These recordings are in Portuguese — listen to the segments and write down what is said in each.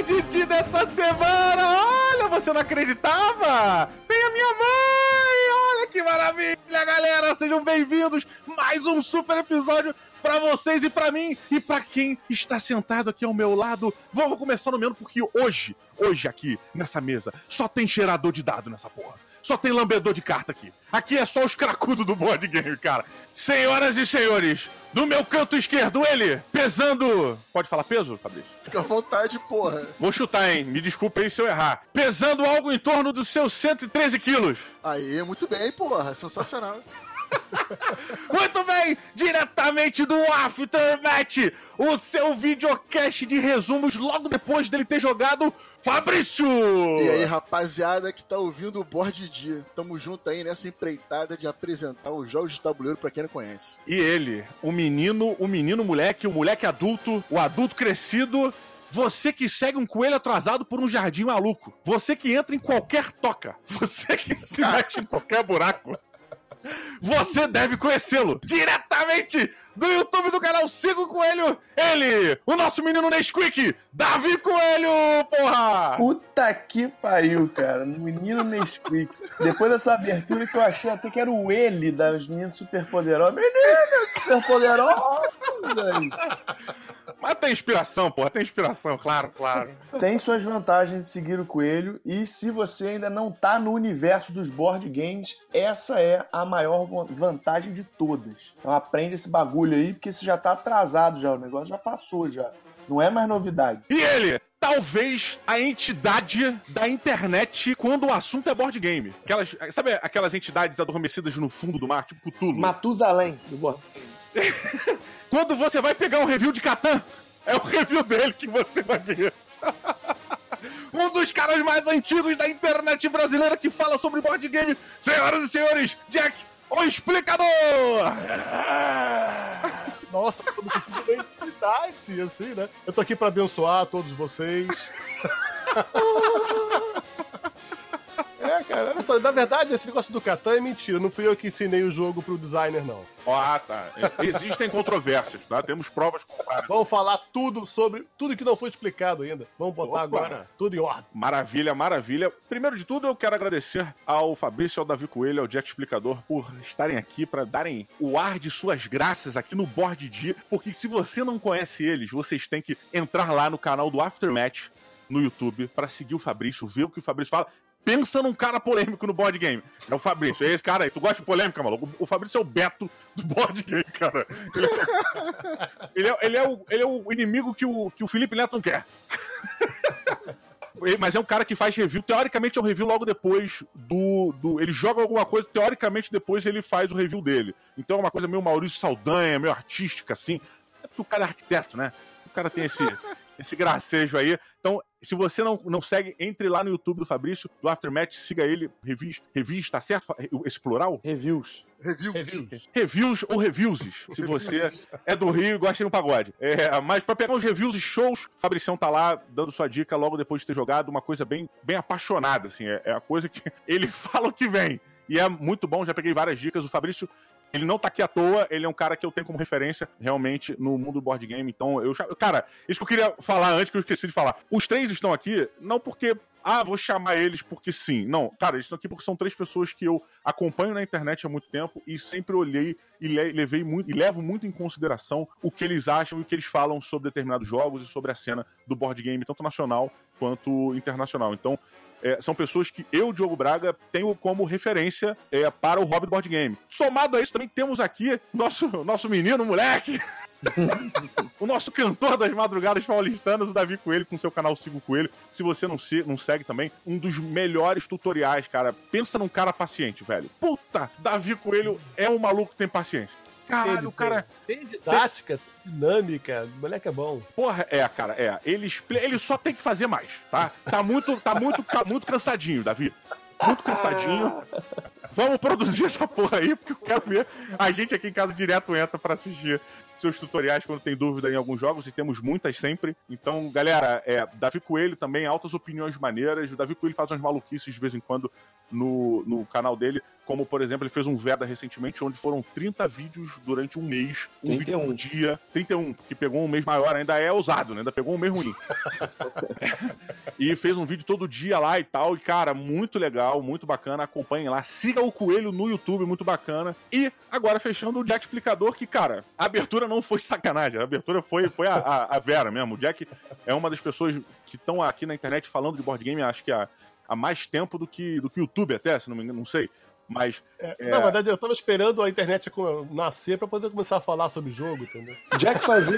board dessa semana! Olha, você não acreditava? Tem a minha mãe! Olha que maravilha, galera! Sejam bem-vindos! Mais um super episódio pra vocês e pra mim e pra quem está sentado aqui ao meu lado. Vamos começar no mesmo porque hoje aqui, nessa mesa, só tem cheirador de dado nessa porra. Só tem lambedor de carta aqui. Aqui é só os cracudos do board game, cara. Senhoras e senhores, do meu canto esquerdo, ele, pesando... Pode falar peso, Fabrício? Fica à vontade, porra. Vou chutar, hein? Me desculpa aí se eu errar. Pesando algo em torno dos seus 113 quilos. Aí, muito bem, porra. Sensacional. Muito bem, diretamente do Aftermath, o seu videocast de resumos logo depois dele ter jogado, Fabrício! E aí, rapaziada que tá ouvindo o Board Dia, tamo junto aí nessa empreitada de apresentar os jogos de tabuleiro pra quem não conhece. E ele, o menino moleque, o moleque adulto, o adulto crescido... Você que segue um coelho atrasado por um jardim maluco. Você que entra em qualquer toca. Você que se mete em qualquer buraco. Você deve conhecê-lo diretamente do YouTube do canal Siga o Coelho. Ele, o nosso menino Nesquik, Davi Coelho, porra! Puta que pariu, cara. Menino Nesquik. Depois dessa abertura que eu achei até que era o ele das meninas superpoderosas. Menina superpoderosa! Mas tem inspiração, porra, tem inspiração, claro. Tem suas vantagens de seguir o coelho, e se você ainda não tá no universo dos board games, essa é a maior vantagem de todas. Então aprende esse bagulho aí, porque você já tá atrasado já, o negócio já passou já. Não é mais novidade. E ele, talvez a entidade da internet quando o assunto é board game. Sabe aquelas entidades adormecidas no fundo do mar, tipo Cthulhu? Matusalém do board game. Quando você vai pegar um review de Catan, é o review dele que você vai ver. Um dos caras mais antigos da internet brasileira que fala sobre board game. Senhoras e senhores, Jack, o explicador! Nossa, como que tudo bem intimidade, assim, né? Eu tô aqui pra abençoar todos vocês. Cara, olha só, na verdade, esse negócio do Catan é mentira. Não fui eu que ensinei o jogo pro designer, não. Ah, tá. Existem controvérsias, tá? Temos provas contrárias. Vamos falar tudo sobre tudo que não foi explicado ainda. Vamos botar agora tudo em ordem. Maravilha, maravilha. Primeiro de tudo, eu quero agradecer ao Fabrício, ao Davi Coelho, ao Jack Explicador por estarem aqui para darem o ar de suas graças aqui no Board Dia, porque se você não conhece eles, vocês têm que entrar lá no canal do Aftermath no YouTube para seguir o Fabrício, ver o que o Fabrício fala. Pensa num cara polêmico no board game. É o Fabrício, é esse cara aí. Tu gosta de polêmica, maluco? O Fabrício é o Beto do board game, cara. Ele é o inimigo que o Felipe Neto não quer. Mas é um cara que faz review. Teoricamente é um review logo depois ele joga alguma coisa, teoricamente depois ele faz o review dele. Então é uma coisa meio Maurício Saldanha, meio artística, assim. É porque o cara é arquiteto, né? O cara tem esse gracejo aí. Então, se você não segue, entre lá no YouTube do Fabrício, do Aftermath, siga ele. Reviews, tá certo? Esse plural? Reviews Ou reviews, se você é do Rio e gosta de um pagode. Mas pra pegar os reviews e shows, o Fabricião tá lá dando sua dica logo depois de ter jogado, uma coisa bem, bem apaixonada, assim. É a coisa que ele fala o que vem. E é muito bom, já peguei várias dicas. O Fabrício, ele não tá aqui à toa, ele é um cara que eu tenho como referência, realmente, no mundo do board game. Então, cara, isso que eu queria falar antes, que eu esqueci de falar. Os três estão aqui, não porque... vou chamar eles porque sim. Não, cara, eles estão aqui porque são três pessoas que eu acompanho na internet há muito tempo e sempre olhei e levei muito, e levo muito em consideração o que eles acham e o que eles falam sobre determinados jogos e sobre a cena do board game, tanto nacional quanto internacional. Então, são pessoas que eu, Diogo Braga, tenho como referência para o hobby do board game. Somado a isso, também temos aqui nosso menino, moleque, o nosso cantor das madrugadas paulistanas, o Davi Coelho, com seu canal Siga o Coelho. Se você não segue também, um dos melhores tutoriais, cara. Pensa num cara paciente, velho. Puta, Davi Coelho é um maluco que tem paciência. Caralho, o cara... Tem didática, dinâmica, o moleque é bom. Porra, cara, ele só tem que fazer mais, tá? Tá muito cansadinho, Davi. Muito cansadinho. Vamos produzir essa porra aí, porque eu quero ver. A gente aqui em casa direto entra pra assistir seus tutoriais quando tem dúvida em alguns jogos, e temos muitas sempre. Então, galera, Davi Coelho também, altas opiniões maneiras. O Davi Coelho faz umas maluquices de vez em quando no canal dele, como, por exemplo, ele fez um Veda recentemente, onde foram 30 vídeos durante um mês, um vídeo por dia, 31, que pegou um mês maior, ainda é ousado, né? Ainda pegou um mês ruim. E fez um vídeo todo dia lá e tal, e cara, muito legal, muito bacana, acompanhem lá, siga o Coelho no YouTube, muito bacana. E agora fechando o Jack Explicador, que cara, a abertura não foi sacanagem, a abertura foi a Vera mesmo. O Jack é uma das pessoas que estão aqui na internet falando de board game, acho que há mais tempo do que o YouTube até, se não me engano, não sei. Mas. Na verdade, eu tava esperando a internet nascer pra poder começar a falar sobre o jogo, entendeu? Jack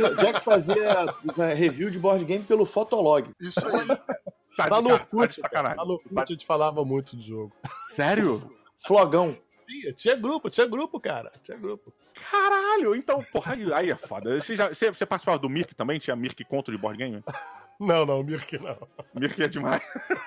fazia review de board game pelo Fotolog. Isso aí. Tá no Orkut, sacanagem. Tá no Orkut a gente falava muito de jogo. Sério? Flogão. Tinha grupo, cara. Tinha grupo. Caralho! Então, porra, aí é foda. Você participava do Mirk também? Tinha Mirk conto de board game? Não, Mirk não. Mirk é demais.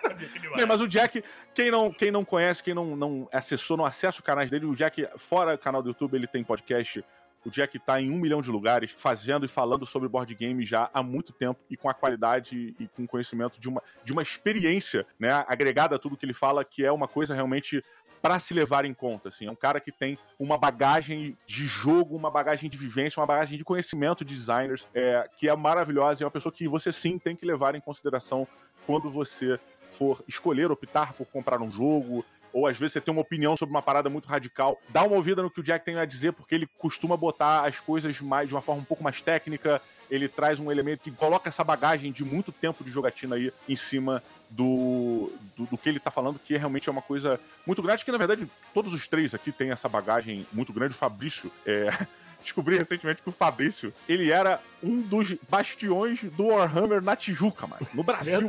Mas o Jack, quem não conhece, quem não acessou, não acessa os canais dele, o Jack, fora o canal do YouTube, ele tem podcast. O Jack tá em 1 milhão de lugares, fazendo e falando sobre board game já há muito tempo, e com a qualidade e com conhecimento de uma experiência, né, agregada a tudo que ele fala, que é uma coisa realmente pra se levar em conta, assim. É um cara que tem uma bagagem de jogo, uma bagagem de vivência, uma bagagem de conhecimento de designers, que é maravilhosa, e é uma pessoa que você sim tem que levar em consideração quando você for escolher, optar por comprar um jogo, ou às vezes você tem uma opinião sobre uma parada muito radical. Dá uma ouvida no que o Jack tem a dizer, porque ele costuma botar as coisas de uma forma um pouco mais técnica. Ele traz um elemento que coloca essa bagagem de muito tempo de jogatina aí em cima do que ele tá falando, que realmente é uma coisa muito grande, que na verdade todos os três aqui têm essa bagagem muito grande. O Fabrício, descobri recentemente que o Fabrício, ele era um dos bastiões do Warhammer na Tijuca, mano, no Brasil.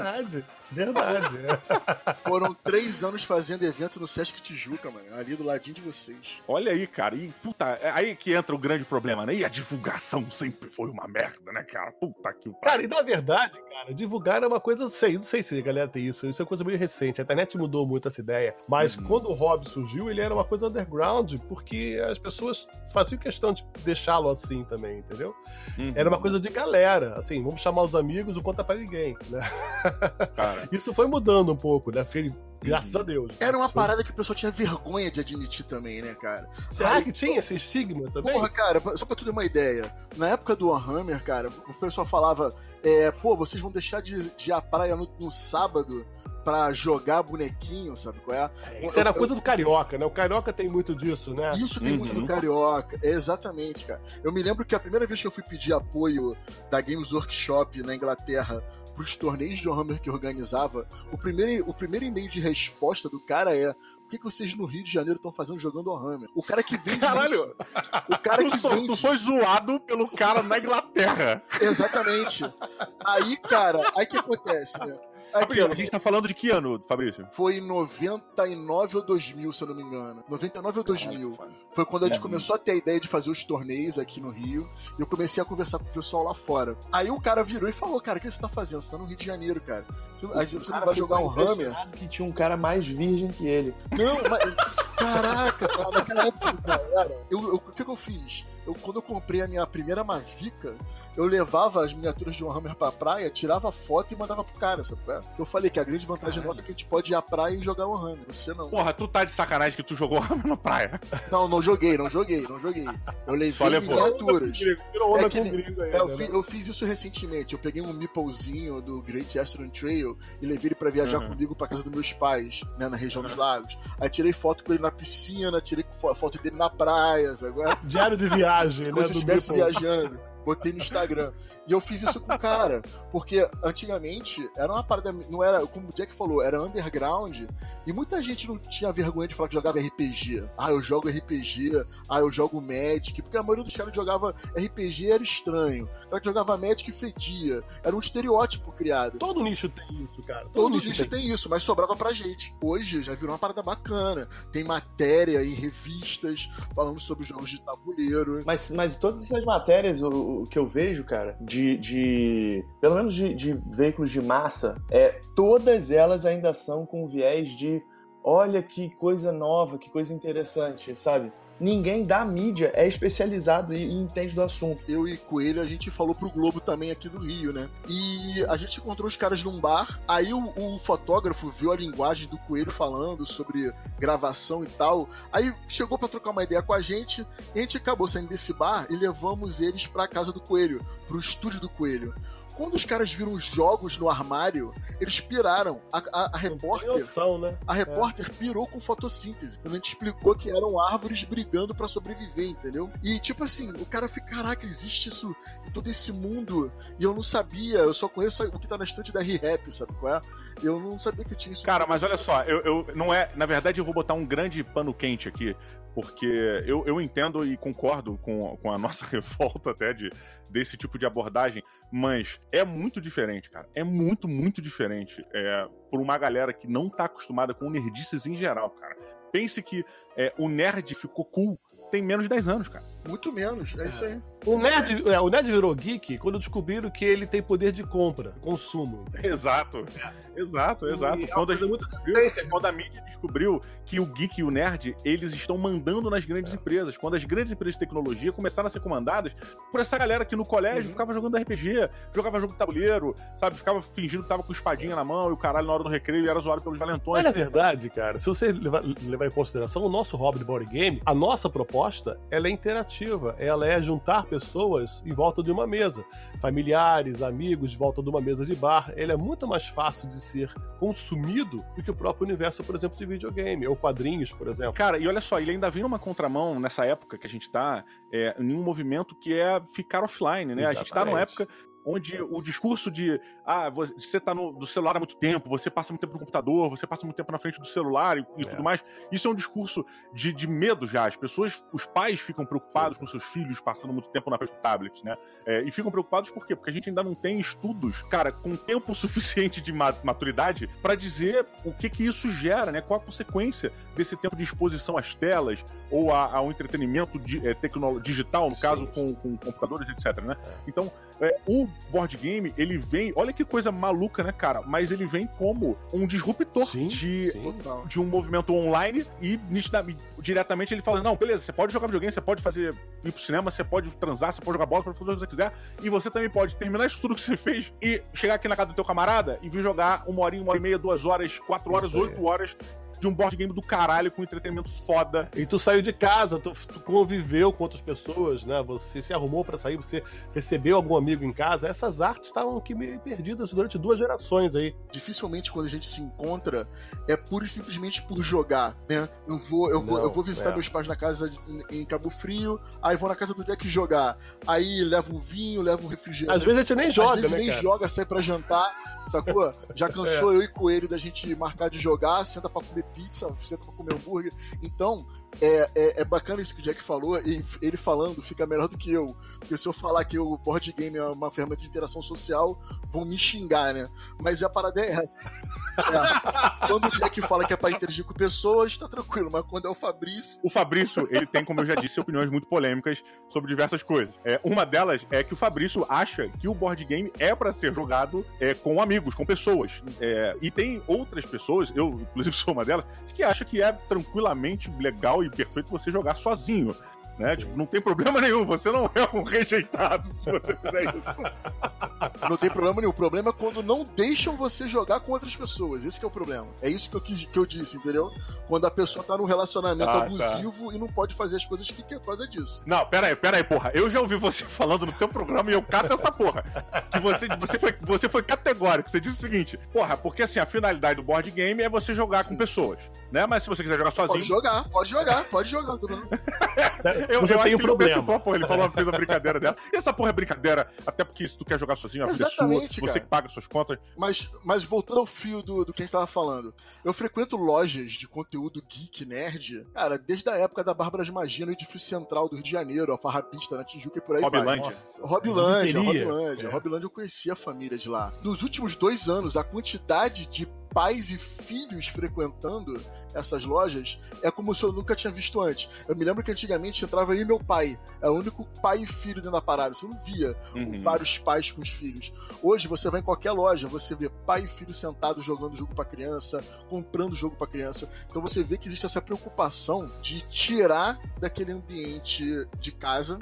Verdade. Foram 3 anos fazendo evento no Sesc Tijuca, mano, ali do ladinho de vocês. Olha aí, cara, e puta, aí que entra o grande problema, né? E a divulgação sempre foi uma merda, né, cara? Puta que pariu. Cara, e na verdade, cara, divulgar é uma coisa, não sei se a galera tem isso é uma coisa meio recente, a internet mudou muito essa ideia, mas quando o hobby surgiu, ele era uma coisa underground, porque as pessoas faziam questão de deixá-lo assim também, entendeu? Era uma coisa de galera, assim, vamos chamar os amigos, não conta pra ninguém, né? Cara. Isso foi mudando um pouco, né? Graças a Deus. Era uma parada que o pessoal tinha vergonha de admitir também, né, cara? Será que tinha esse estigma também? Porra, cara, só pra tu ter uma ideia, na época do Warhammer, cara, o pessoal falava, vocês vão deixar de ir à praia no sábado pra jogar bonequinho, sabe qual é? Isso era coisa do carioca, né? O carioca tem muito disso, né? Isso tem muito do carioca, exatamente, cara. Eu me lembro que a primeira vez que eu fui pedir apoio da Games Workshop na Inglaterra pros torneios de Warhammer que organizava, o primeiro e-mail de resposta do cara o que vocês no Rio de Janeiro estão fazendo jogando Warhammer? O cara que vende isso. O cara que vende. Tu foi zoado pelo cara na Inglaterra. Exatamente. Aí, cara, aí que acontece, né? Aqui, a gente tá falando de que ano, Fabrício? Foi em 99 ou 2000, se eu não me engano. 99 ou 2000. Foi quando a gente começou a ter a ideia de fazer os torneios aqui no Rio. E eu comecei a conversar com o pessoal lá fora. Aí o cara virou e falou, cara, o que você tá fazendo? Você tá no Rio de Janeiro, cara. Você não vai jogar um Hammer? Que tinha um cara mais virgem que ele. Não, mas... Caraca, cara, naquela época, cara, o que eu fiz? Quando eu comprei a minha primeira Mavica, eu levava as miniaturas de Warhammer pra praia, tirava foto e mandava pro cara, sabe? Eu falei que a grande vantagem nossa é que a gente pode ir à praia e jogar Warhammer. Você não. Porra, tu tá de sacanagem que tu jogou Warhammer na praia. Não joguei. Eu levei miniaturas. Eu fiz isso recentemente. Eu peguei um meeplezinho do Great Eastern Trail e levei ele pra viajar comigo pra casa dos meus pais, né, na região dos lagos. Aí tirei foto com ele na piscina, tirei foto dele na praia, sabe? Diário de viagem, como se eu estivesse viajando. Botei no Instagram. E eu fiz isso com o cara. Porque antigamente era uma parada. Não era, como o Jack falou, era underground. E muita gente não tinha vergonha de falar que jogava RPG. Ah, eu jogo RPG. Ah, eu jogo Magic. Porque a maioria dos caras que jogava RPG era estranho. O cara que jogava Magic fedia. Era um estereótipo criado. Todo nicho tem isso, cara. Todo nicho tem isso, mas sobrava pra gente. Hoje já virou uma parada bacana. Tem matéria em revistas falando sobre jogos de tabuleiro. Mas todas essas matérias, o que eu vejo, cara, pelo menos de veículos de massa, todas elas ainda são com viés de olha que coisa nova, que coisa interessante, sabe? Ninguém da mídia é especializado e entende do assunto. Eu e Coelho, a gente falou pro Globo também aqui do Rio, né? E a gente encontrou os caras num bar, aí o fotógrafo viu a linguagem do Coelho falando sobre gravação e tal, aí chegou pra trocar uma ideia com a gente, e a gente acabou saindo desse bar e levamos eles pra casa do Coelho, pro estúdio do Coelho. Quando os caras viram os jogos no armário, eles piraram. A repórter. Noção, né? A repórter pirou com fotossíntese. Quando a gente explicou que eram árvores brigando pra sobreviver, entendeu? E tipo assim, o cara fica, caraca, existe isso, todo esse mundo. E eu não sabia, eu só conheço o que tá na estante da ReHap, sabe qual é? Eu não sabia que tinha isso. Cara, mas olha só, eu não é. Na verdade, eu vou botar um grande pano quente aqui, porque eu entendo e concordo com a nossa revolta até desse tipo de abordagem, mas é muito diferente, cara. É muito, muito diferente por uma galera que não tá acostumada com nerdices em geral, cara. Pense que o nerd ficou cool tem menos de 10 anos, cara. Muito menos, é isso aí. O nerd virou geek quando descobriram que ele tem poder de compra, consumo. Exato. Quando a mídia descobriu que o geek e o nerd, eles estão mandando nas grandes empresas. Quando as grandes empresas de tecnologia começaram a ser comandadas por essa galera que no colégio ficava jogando RPG, jogava jogo de tabuleiro, sabe? Ficava fingindo que tava com espadinha na mão e o caralho na hora do recreio e era zoado pelos valentões. Mas na verdade, cara, se você levar em consideração o nosso hobby de board game, a nossa proposta, ela é interativa. Ela é juntar pessoas em volta de uma mesa. Familiares, amigos, de volta de uma mesa de bar. Ele é muito mais fácil de ser consumido do que o próprio universo, por exemplo, de videogame, ou quadrinhos, por exemplo. Cara, e olha só, ele ainda vem numa contramão nessa época que a gente tá em um movimento que é ficar offline, né? Exatamente. A gente tá numa época onde o discurso de você tá no celular há muito tempo, você passa muito tempo no computador, você passa muito tempo na frente do celular e tudo mais, isso é um discurso de medo já. As pessoas, os pais ficam preocupados com seus filhos passando muito tempo na frente do tablet, né? E ficam preocupados por quê? Porque a gente ainda não tem estudos, cara, com tempo suficiente de maturidade pra dizer o que isso gera, né? Qual a consequência desse tempo de exposição às telas ou ao entretenimento digital, no caso, com computadores, etc, né? Então, o board game, ele vem... Olha que coisa maluca, né, cara? Mas ele vem como um disruptor de um movimento online e diretamente ele fala, não, beleza, você pode jogar videogame, você pode ir pro cinema, você pode transar, você pode jogar bola, pode fazer o que você quiser, e você também pode terminar isso tudo que você fez e chegar aqui na casa do teu camarada e vir jogar 1 hora e meia, 2 horas, 4 horas, 8 horas de um board game do caralho com entretenimento foda. E tu saiu de casa, tu conviveu com outras pessoas, né? Você se arrumou pra sair, você recebeu algum amigo em casa. Essas artes estavam aqui meio perdidas durante 2 gerações aí. Dificilmente quando a gente se encontra é pura e simplesmente por jogar, né? Eu vou visitar meus pais na casa em Cabo Frio, aí vou na casa do Jack jogar. Aí levo um vinho, levo um refrigerante. Às vezes a gente nem joga, às vezes né, nem cara? joga, sai pra jantar, sacou? Já cansou eu e Coelho da gente marcar de jogar, senta pra comer pizza, senta pra comer hambúrguer. Então, é bacana isso que o Jack falou, e ele falando fica melhor do que eu. Porque se eu falar que o board game é uma ferramenta de interação social, vão me xingar, né? Mas a parada é essa. Quando o Jack fala que é pra interagir com pessoas, tá tranquilo, mas quando é o Fabrício... O Fabrício, ele tem, como eu já disse, opiniões muito polêmicas sobre diversas coisas. Uma delas é que o Fabrício acha que o board game é pra ser jogado com amigos, com pessoas. E tem outras pessoas, eu inclusive sou uma delas, que acha que é tranquilamente legal e perfeito você jogar sozinho, né? Tipo, não tem problema nenhum, você não é um rejeitado se você fizer isso. Não tem problema nenhum. O problema é quando não deixam você jogar com outras pessoas. Esse que é o problema. É isso que eu disse, entendeu? Quando a pessoa tá num relacionamento abusivo e não pode fazer as coisas que quer por causa disso. Não, pera aí, porra. Eu já ouvi você falando no teu programa e eu cato essa porra. Que você foi categórico. Você disse o seguinte, porra, porque assim, a finalidade do board game é você jogar com pessoas, né? Mas se você quiser jogar sozinho... Pode jogar. Tudo bem. Você tem um problema. Ele fez uma brincadeira dessa. E essa porra é brincadeira, até porque se tu quer jogar sozinho, a vida é sua, você que paga suas contas. Mas voltando ao fio do que a gente tava falando, eu frequento lojas de conteúdo geek, nerd, cara, desde a época da Bárbara de Magia no edifício central do Rio de Janeiro, a Farrapista, na Tijuca e por aí Hobilândia. Hobilândia, eu conhecia a família de lá. Nos últimos 2 anos, a quantidade de pais e filhos frequentando essas lojas é como se eu nunca tinha visto antes. Eu me lembro que antigamente entrava aí meu pai, é o único pai e filho dentro da parada, você não via vários pais com os filhos. Hoje você vai em qualquer loja, você vê pai e filho sentados jogando jogo pra criança, comprando jogo pra criança, então você vê que existe essa preocupação de tirar daquele ambiente de casa,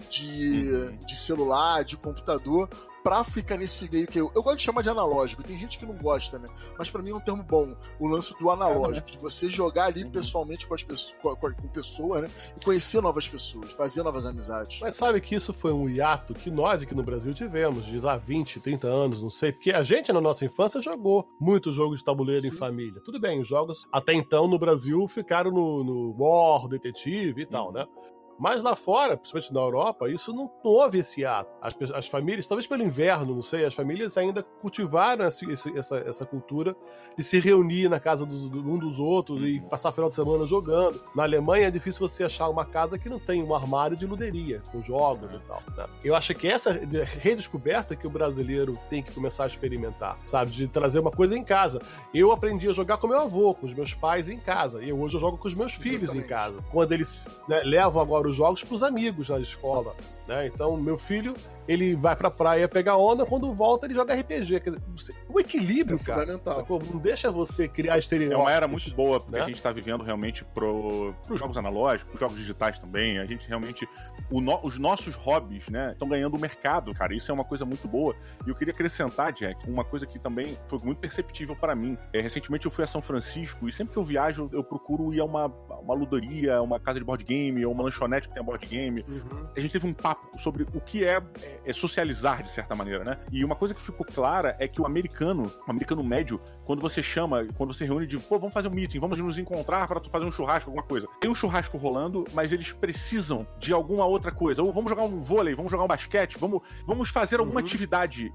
de celular, de computador, pra ficar nesse meio que eu gosto de chamar de analógico, tem gente que não gosta, né? Mas pra mim é um termo bom, o lance do analógico, de você jogar ali pessoalmente com as pessoas, com pessoas, né? E conhecer novas pessoas, fazer novas amizades. Mas sabe que isso foi um hiato que nós aqui no Brasil tivemos, de lá 20, 30 anos, não sei, porque a gente na nossa infância jogou muitos jogos de tabuleiro em família. Tudo bem, os jogos até então no Brasil ficaram no War, Detetive e tal, né? Mas lá fora, principalmente na Europa, isso não houve esse ato. As famílias, talvez pelo inverno, não sei, as famílias ainda cultivaram essa cultura de se reunir na casa um dos outros e passar o final de semana jogando. Na Alemanha é difícil você achar uma casa que não tem um armário de luderia, com jogos e tal, né? Eu acho que essa redescoberta que o brasileiro tem que começar a experimentar, sabe? De trazer uma coisa em casa. Eu aprendi a jogar com meu avô, com os meus pais em casa. E hoje eu jogo com os meus filhos em casa. Quando eles levam agora os jogos pros amigos na escola, né? Então, meu filho, ele vai pra praia pegar onda, quando volta ele joga RPG. Quer dizer, o equilíbrio, cara, fundamental. Não deixa você criar estereótipos. É uma era muito boa que a gente tá vivendo realmente pros jogos analógicos, pros jogos digitais também. A gente realmente... os nossos hobbies, né, estão ganhando mercado, cara. Isso é uma coisa muito boa. E eu queria acrescentar, Jack, uma coisa que também foi muito perceptível para mim. Recentemente eu fui a São Francisco e sempre que eu viajo eu procuro ir a uma ludoria, uma casa de board game, ou uma lanchonete que tem board game. A gente teve um papo sobre o que é socializar, de certa maneira, né? E uma coisa que ficou clara é que o americano médio, quando você reúne de, vamos fazer um meeting, vamos nos encontrar para fazer um churrasco, alguma coisa. Tem um churrasco rolando, mas eles precisam de alguma outra coisa. Ou vamos jogar um vôlei, vamos jogar um basquete, vamos fazer alguma atividade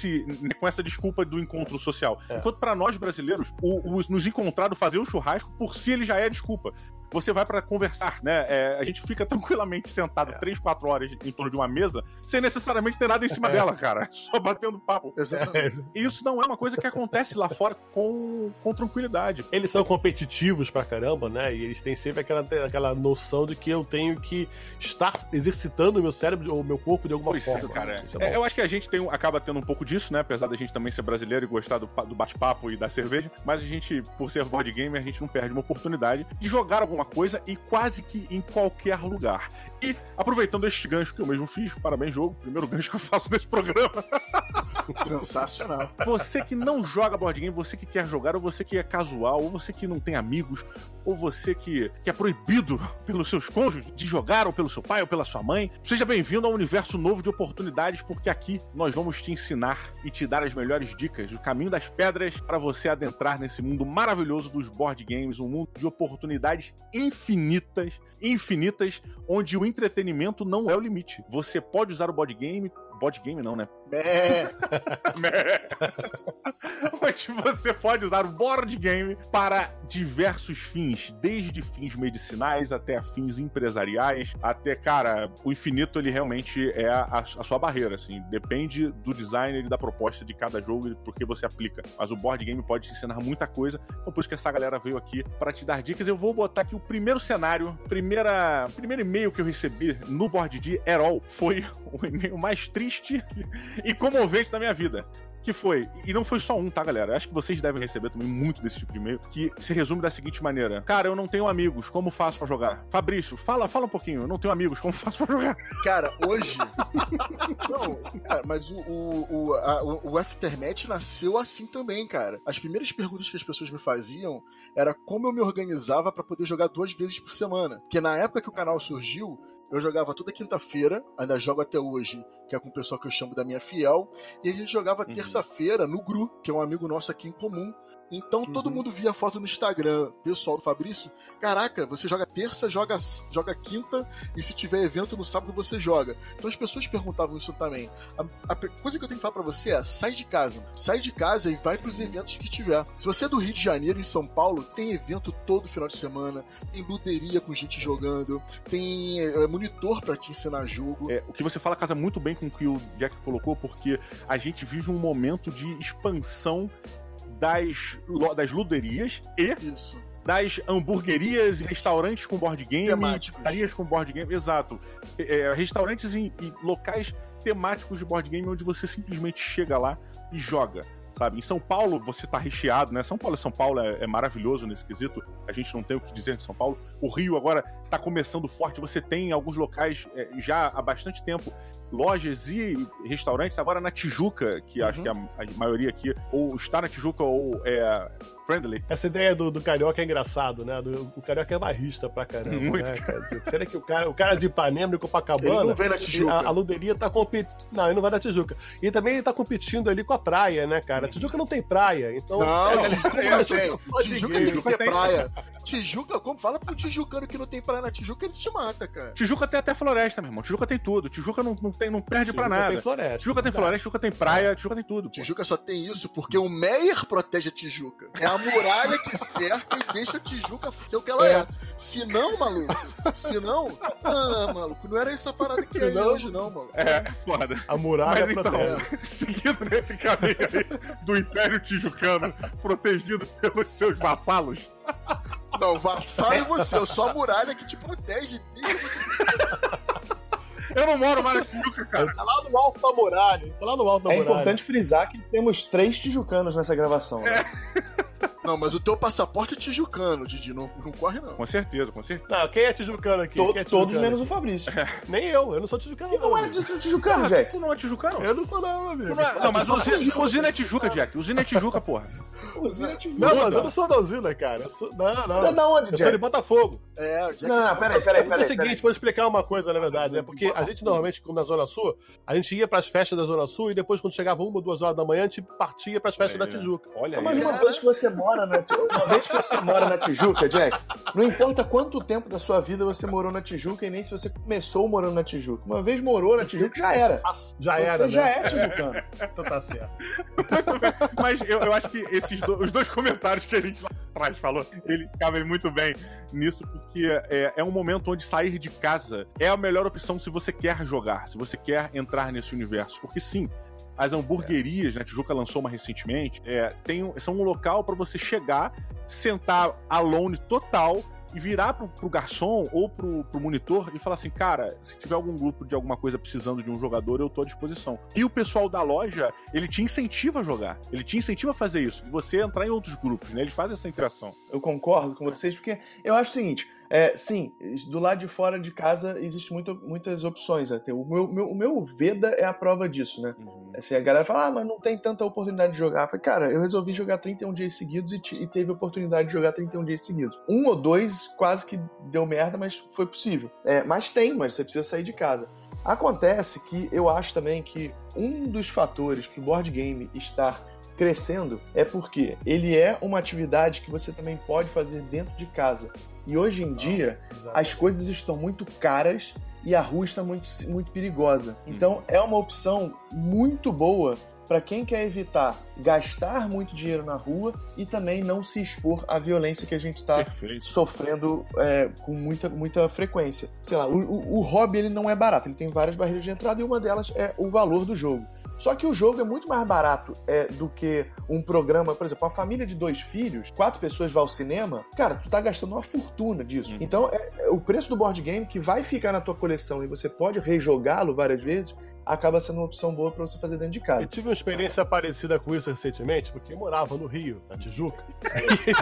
com essa desculpa do encontro social. Enquanto para nós brasileiros, nos encontrar, fazer o churrasco, por si ele já é desculpa. Você vai pra conversar, né? A gente fica tranquilamente sentado 3, 4 horas em torno de uma mesa, sem necessariamente ter nada em cima dela, cara. Só batendo papo. Exatamente. E isso não é uma coisa que acontece lá fora com tranquilidade. Eles são competitivos pra caramba, né? E eles têm sempre aquela noção de que eu tenho que estar exercitando o meu cérebro ou o meu corpo de alguma forma. Cara. Eu acho que a gente acaba tendo um pouco disso, né? Apesar da gente também ser brasileiro e gostar do bate-papo e da cerveja. Mas a gente, por ser board gamer, a gente não perde uma oportunidade de jogar alguma coisa e quase que em qualquer lugar. E, aproveitando este gancho que eu mesmo fiz, parabéns, jogo, primeiro gancho que eu faço nesse programa. Sensacional. Você que não joga board game, você que quer jogar, ou você que é casual, ou você que não tem amigos, ou você que é proibido pelos seus cônjuges de jogar, ou pelo seu pai, ou pela sua mãe, seja bem-vindo a um universo novo de oportunidades, porque aqui nós vamos te ensinar e te dar as melhores dicas, o caminho das pedras para você adentrar nesse mundo maravilhoso dos board games, um mundo de oportunidades infinitas, onde o entretenimento não é o limite. Você pode usar o board game não, né? Onde você pode usar o board game para diversos fins, desde fins medicinais até fins empresariais, até, cara, o infinito ele realmente é a sua barreira, assim, depende do design e da proposta de cada jogo e porque você aplica, mas o board game pode te ensinar muita coisa, então por isso que essa galera veio aqui para te dar dicas. Eu vou botar aqui o primeiro cenário, primeiro e-mail que eu recebi no Board D at All, foi o e-mail mais triste e comovente da minha vida. Que foi, e não foi só um, tá, galera? Acho que vocês devem receber também muito desse tipo de e-mail, que se resume da seguinte maneira: cara, eu não tenho amigos, como faço pra jogar? Fabrício, fala um pouquinho, eu não tenho amigos, como faço pra jogar? Cara, hoje... Não, cara, mas o Aftermath nasceu assim também, cara. As primeiras perguntas que as pessoas me faziam era como eu me organizava pra poder jogar 2 vezes por semana. Porque na época que o canal surgiu, eu jogava toda quinta-feira, ainda jogo até hoje, que é com o pessoal que eu chamo da minha fiel, e a gente jogava terça-feira no Gru, que é um amigo nosso aqui em comum. Então todo mundo via foto no Instagram, pessoal do Fabrício, caraca, você joga terça, joga quinta, e se tiver evento no sábado você joga. Então as pessoas perguntavam isso também. A coisa que eu tenho que falar pra você é, sai de casa e vai pros eventos que tiver. Se você é do Rio de Janeiro, em São Paulo, tem evento todo final de semana, tem luderia com gente jogando, tem monitor pra te ensinar jogo. O que você fala casa muito bem com o que o Jack colocou, porque a gente vive um momento de expansão das luderias e Isso. das hamburguerias e restaurantes com board game, Temáticos. pizzarias com board game, exato. Restaurantes e locais temáticos de board game onde você simplesmente chega lá e joga, sabe? Em São Paulo você tá recheado, né? São Paulo é maravilhoso nesse quesito, a gente não tem o que dizer de São Paulo. O Rio agora tá começando forte, você tem em alguns locais já há bastante tempo lojas e restaurantes, agora na Tijuca, que acho que a maioria aqui ou está na Tijuca ou é friendly. Essa ideia do carioca é engraçado, né? O carioca é barrista pra caramba. Muito. Né? Quer dizer, será que o cara de Ipanema e Copacabana... Ele não vem na Tijuca. A luderia tá competindo... Não, ele não vai na Tijuca. E também ele tá competindo ali com a praia, né, cara? A Tijuca não tem praia, então... Tijuca tem praia. Tijuca, como fala pro tijucano que não tem praia na Tijuca, ele te mata, cara. Tijuca tem até floresta, meu irmão. Tijuca tem tudo. Tijuca não perde pra nada. Tem floresta. Tijuca tem floresta, Tijuca tem praia, Tijuca tem tudo. Tijuca só tem isso porque o Meyer protege a Tijuca. É a muralha que cerca e deixa a Tijuca ser o que ela é. Se não, maluco, maluco, não era essa parada que é hoje, não, maluco. É foda. A muralha Mas protege. Então, seguindo nesse caminho aí do Império Tijucano, protegido pelos seus vassalos. Não, vassalo é você, eu sou a muralha que te protege. Eu não moro mais na Tijuca, cara. Tá lá no alto da muralha. É importante frisar que temos 3 tijucanos nessa gravação. Né? Não, mas o teu passaporte é tijucano, Didi, não corre não. Com certeza. Não, quem é tijucano aqui? Quem é tijucano Todos aqui? menos o Fabrício. Nem eu não sou tijucano. E não é tijucano, Jack? Tu não é Tijucano? Eu não sou não, amigo. Não, mas usina é Tijuca, Jack. Usina é Tijuca, porra. Usina é Tijuca. Não, mas eu não sou da usina, cara. Não. Você é da onde, Eu sou de Jack? Botafogo. É, Jack. Não, peraí. É o seguinte, vou explicar uma coisa, na verdade, né? Porque a gente normalmente, na Zona Sul, a gente ia pras festas da Zona Sul e depois, quando chegava 1 ou 2 horas da manhã, a gente partia pras festas da Tijuca. Olha aí. Mas uma vez que você mora na Tijuca, Jack, não importa quanto tempo da sua vida você morou na Tijuca e nem se você começou morando na Tijuca. Uma vez morou na Tijuca, já era. Já era, Você já né? é tijucano. Então tá certo. Mas eu acho que os dois comentários que a gente lá atrás falou, ele cabem muito bem nisso, porque é um momento onde sair de casa é a melhor opção se você quer jogar, se você quer entrar nesse universo. Porque sim, as hamburguerias, né, Tijuca lançou uma recentemente, são um local para você chegar, sentar alone total e virar pro garçom ou pro monitor e falar assim, cara, se tiver algum grupo de alguma coisa precisando de um jogador, eu tô à disposição. E o pessoal da loja, ele te incentiva a jogar, ele te incentiva a fazer isso, de você entrar em outros grupos, né? Eles fazem essa interação. Eu concordo com vocês, porque eu acho o seguinte, sim, do lado de fora de casa existem muitas opções. Né? O meu Veda é a prova disso, né? Assim, a galera fala, mas não tem tanta oportunidade de jogar. Eu falei, cara, eu resolvi jogar 31 dias seguidos e teve a oportunidade de jogar 31 dias seguidos. 1 ou 2 quase que deu merda, mas foi possível. Mas você precisa sair de casa. Acontece que eu acho também que um dos fatores para o board game estar crescendo é porque ele é uma atividade que você também pode fazer dentro de casa. E hoje em dia, as coisas estão muito caras e a rua está muito, muito perigosa. Então, é uma opção muito boa para quem quer evitar gastar muito dinheiro na rua e também não se expor à violência que a gente está sofrendo com muita frequência. Sei lá, o hobby ele não é barato, ele tem várias barreiras de entrada e uma delas é o valor do jogo. Só que o jogo é muito mais barato do que um programa, por exemplo, uma família de 2 filhos, 4 pessoas vai ao cinema, cara, tu tá gastando uma fortuna disso. Então, o preço do board game que vai ficar na tua coleção e você pode rejogá-lo várias vezes, acaba sendo uma opção boa pra você fazer dentro de casa. Eu tive uma experiência parecida com isso recentemente, porque eu morava no Rio, na Tijuca, e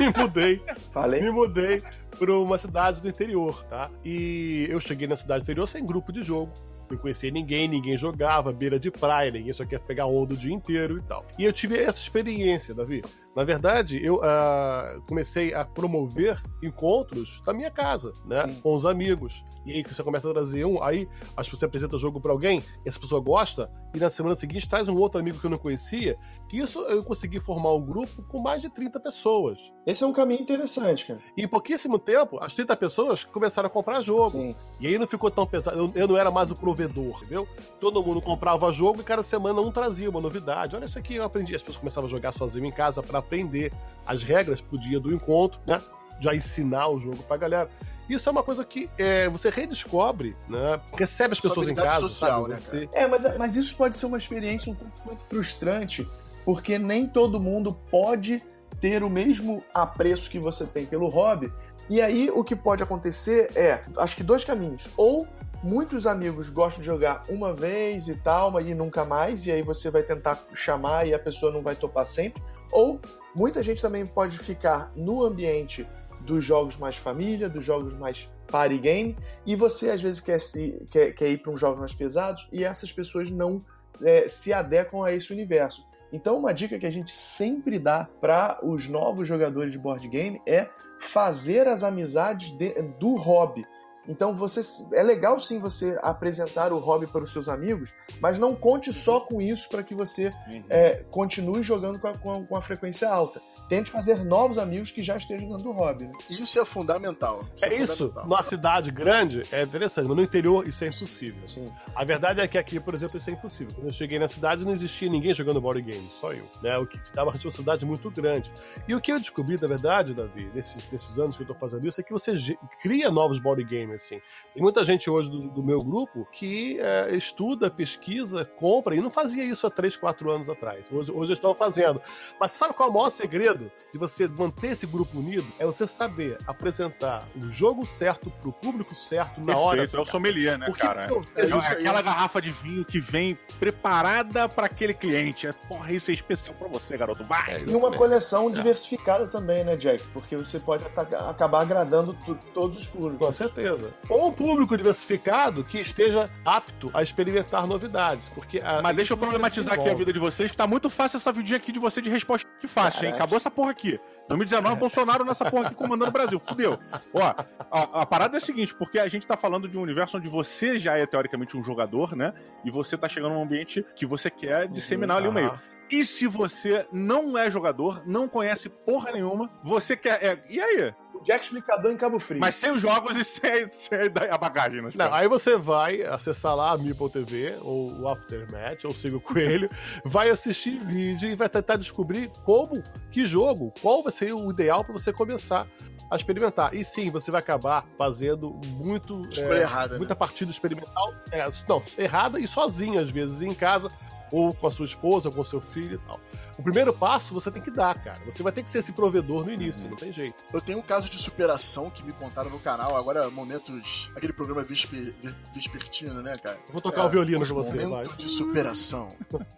me mudei pra uma cidade do interior, tá? E eu cheguei na cidade do interior sem grupo de jogo. Não conhecia ninguém jogava, beira de praia, ninguém só quer pegar onda o dia inteiro e tal. E eu tive essa experiência, Davi. Na verdade, eu comecei a promover encontros na minha casa, né? Com os amigos. E aí você começa a trazer aí acho que você apresenta o jogo pra alguém, essa pessoa gosta, e na semana seguinte traz um outro amigo que eu não conhecia, que isso eu consegui formar um grupo com mais de 30 pessoas. Esse é um caminho interessante, cara. E em pouquíssimo tempo, as 30 pessoas começaram a comprar jogo. Sim. E aí não ficou tão pesado, eu não era mais o provedor, entendeu? Todo mundo comprava jogo e cada semana um trazia uma novidade. Olha isso aqui, eu aprendi. As pessoas começavam a jogar sozinho em casa pra aprender as regras pro dia do encontro, né? Já ensinar o jogo pra galera. Isso é uma coisa que você redescobre, né? Recebe as pessoas em casa, social, sabe? Né, mas isso pode ser uma experiência um tanto muito frustrante porque nem todo mundo pode ter o mesmo apreço que você tem pelo hobby. E aí o que pode acontecer é, acho que 2 caminhos. Ou muitos amigos gostam de jogar uma vez e tal, mas nunca mais, e aí você vai tentar chamar e a pessoa não vai topar sempre. Ou muita gente também pode ficar no ambiente dos jogos mais família, dos jogos mais party game, e você às vezes quer ir para uns jogos mais pesados, e essas pessoas não se adequam a esse universo. Então uma dica que a gente sempre dá para os novos jogadores de board game é fazer as amizades do hobby. Então é legal sim você apresentar o hobby para os seus amigos, mas não conte só com isso para que você continue jogando com a frequência alta. Tente fazer novos amigos que já estejam jogando o hobby. Né? Isso é fundamental. Isso, numa cidade grande é interessante, mas no interior isso é impossível. Sim. A verdade é que aqui, por exemplo, isso é impossível. Quando eu cheguei na cidade não existia ninguém jogando board game, só eu. Né? O que dava uma cidade muito grande. E o que eu descobri, na verdade, Davi, nesses anos que eu tô fazendo isso, é que você cria novos board games. Assim. Tem muita gente hoje do meu grupo que estuda, pesquisa, compra, e não fazia isso há 3, 4 anos atrás. Hoje eu estou fazendo. Mas sabe qual é o maior segredo de você manter esse grupo unido? É você saber apresentar o jogo certo pro público certo na hora. Perfeito, é o sommelier, né, cara? Aquela garrafa de vinho que vem preparada para aquele cliente. Porra, isso é especial pra você, garoto. Vai! E uma coleção diversificada também, né, Jack? Porque você pode acabar agradando todos os públicos. Com certeza. Ou um público diversificado que esteja apto a experimentar novidades. Porque Mas deixa eu problematizar aqui a vida de vocês, que tá muito fácil essa vidinha aqui de você de resposta que fácil, hein? Acabou essa porra aqui. 2019, Bolsonaro nessa porra aqui comandando o Brasil. Fudeu. Ó, a parada é a seguinte, porque a gente tá falando de um universo onde você já é, teoricamente, um jogador, né? E você tá chegando num ambiente que você quer disseminar ali o meio. E se você não é jogador, não conhece porra nenhuma, você quer... E aí? O Jack explicador em Cabo Frio. Mas sem os jogos e sem a bagagem. Não, aí você vai acessar lá a Meeple TV, ou o Aftermath, ou Siga o Coelho, vai assistir vídeo e vai tentar descobrir que jogo, qual vai ser o ideal para você começar a experimentar. E sim, você vai acabar fazendo muita partida experimental, errada e sozinho às vezes, em casa, ou com a sua esposa, ou com o seu filho e tal. O primeiro passo você tem que dar, cara. Você vai ter que ser esse provedor no início, não tem jeito. Eu tenho um caso de superação que me contaram no canal, agora momentos... Aquele programa vespertino, né, cara? Eu vou tocar o violino pra você, vai. Momento de superação.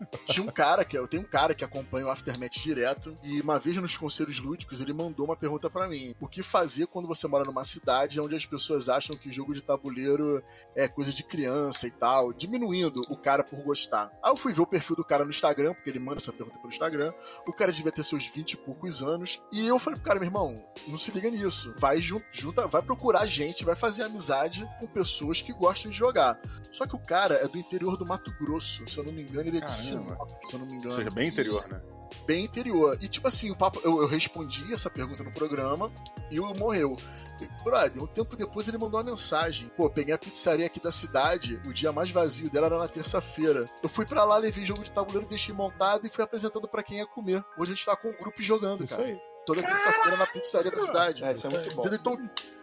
Eu tenho um cara que acompanha o Aftermath direto, e uma vez nos conselhos lúdicos ele mandou uma pergunta pra mim. O que fazer quando você mora numa cidade onde as pessoas acham que jogo de tabuleiro é coisa de criança e tal, diminuindo o cara por gostar? Aí eu fui ver o perfil do cara no Instagram, porque ele manda essa pergunta pelo Instagram. O cara devia ter seus 20 e poucos anos. E eu falei pro cara, meu irmão, não se liga nisso. Vai vai procurar gente, vai fazer amizade com pessoas que gostam de jogar. Só que o cara é do interior do Mato Grosso. Se eu não me engano, ele é de Sinop. Se eu não me engano. Ou seja, bem interior, né? Bem interior. E tipo assim, o papo, eu respondi essa pergunta no programa e o morreu. Brother, um tempo depois ele mandou uma mensagem. Pô, peguei a pizzaria aqui da cidade, o dia mais vazio dela era na terça-feira. Eu fui pra lá, levei jogo de tabuleiro, deixei montado e fui apresentando pra quem ia comer. Hoje a gente tá com um grupo jogando, Isso cara. aí. Toda terça-feira na pizzaria da cidade. Isso é muito bom. Então,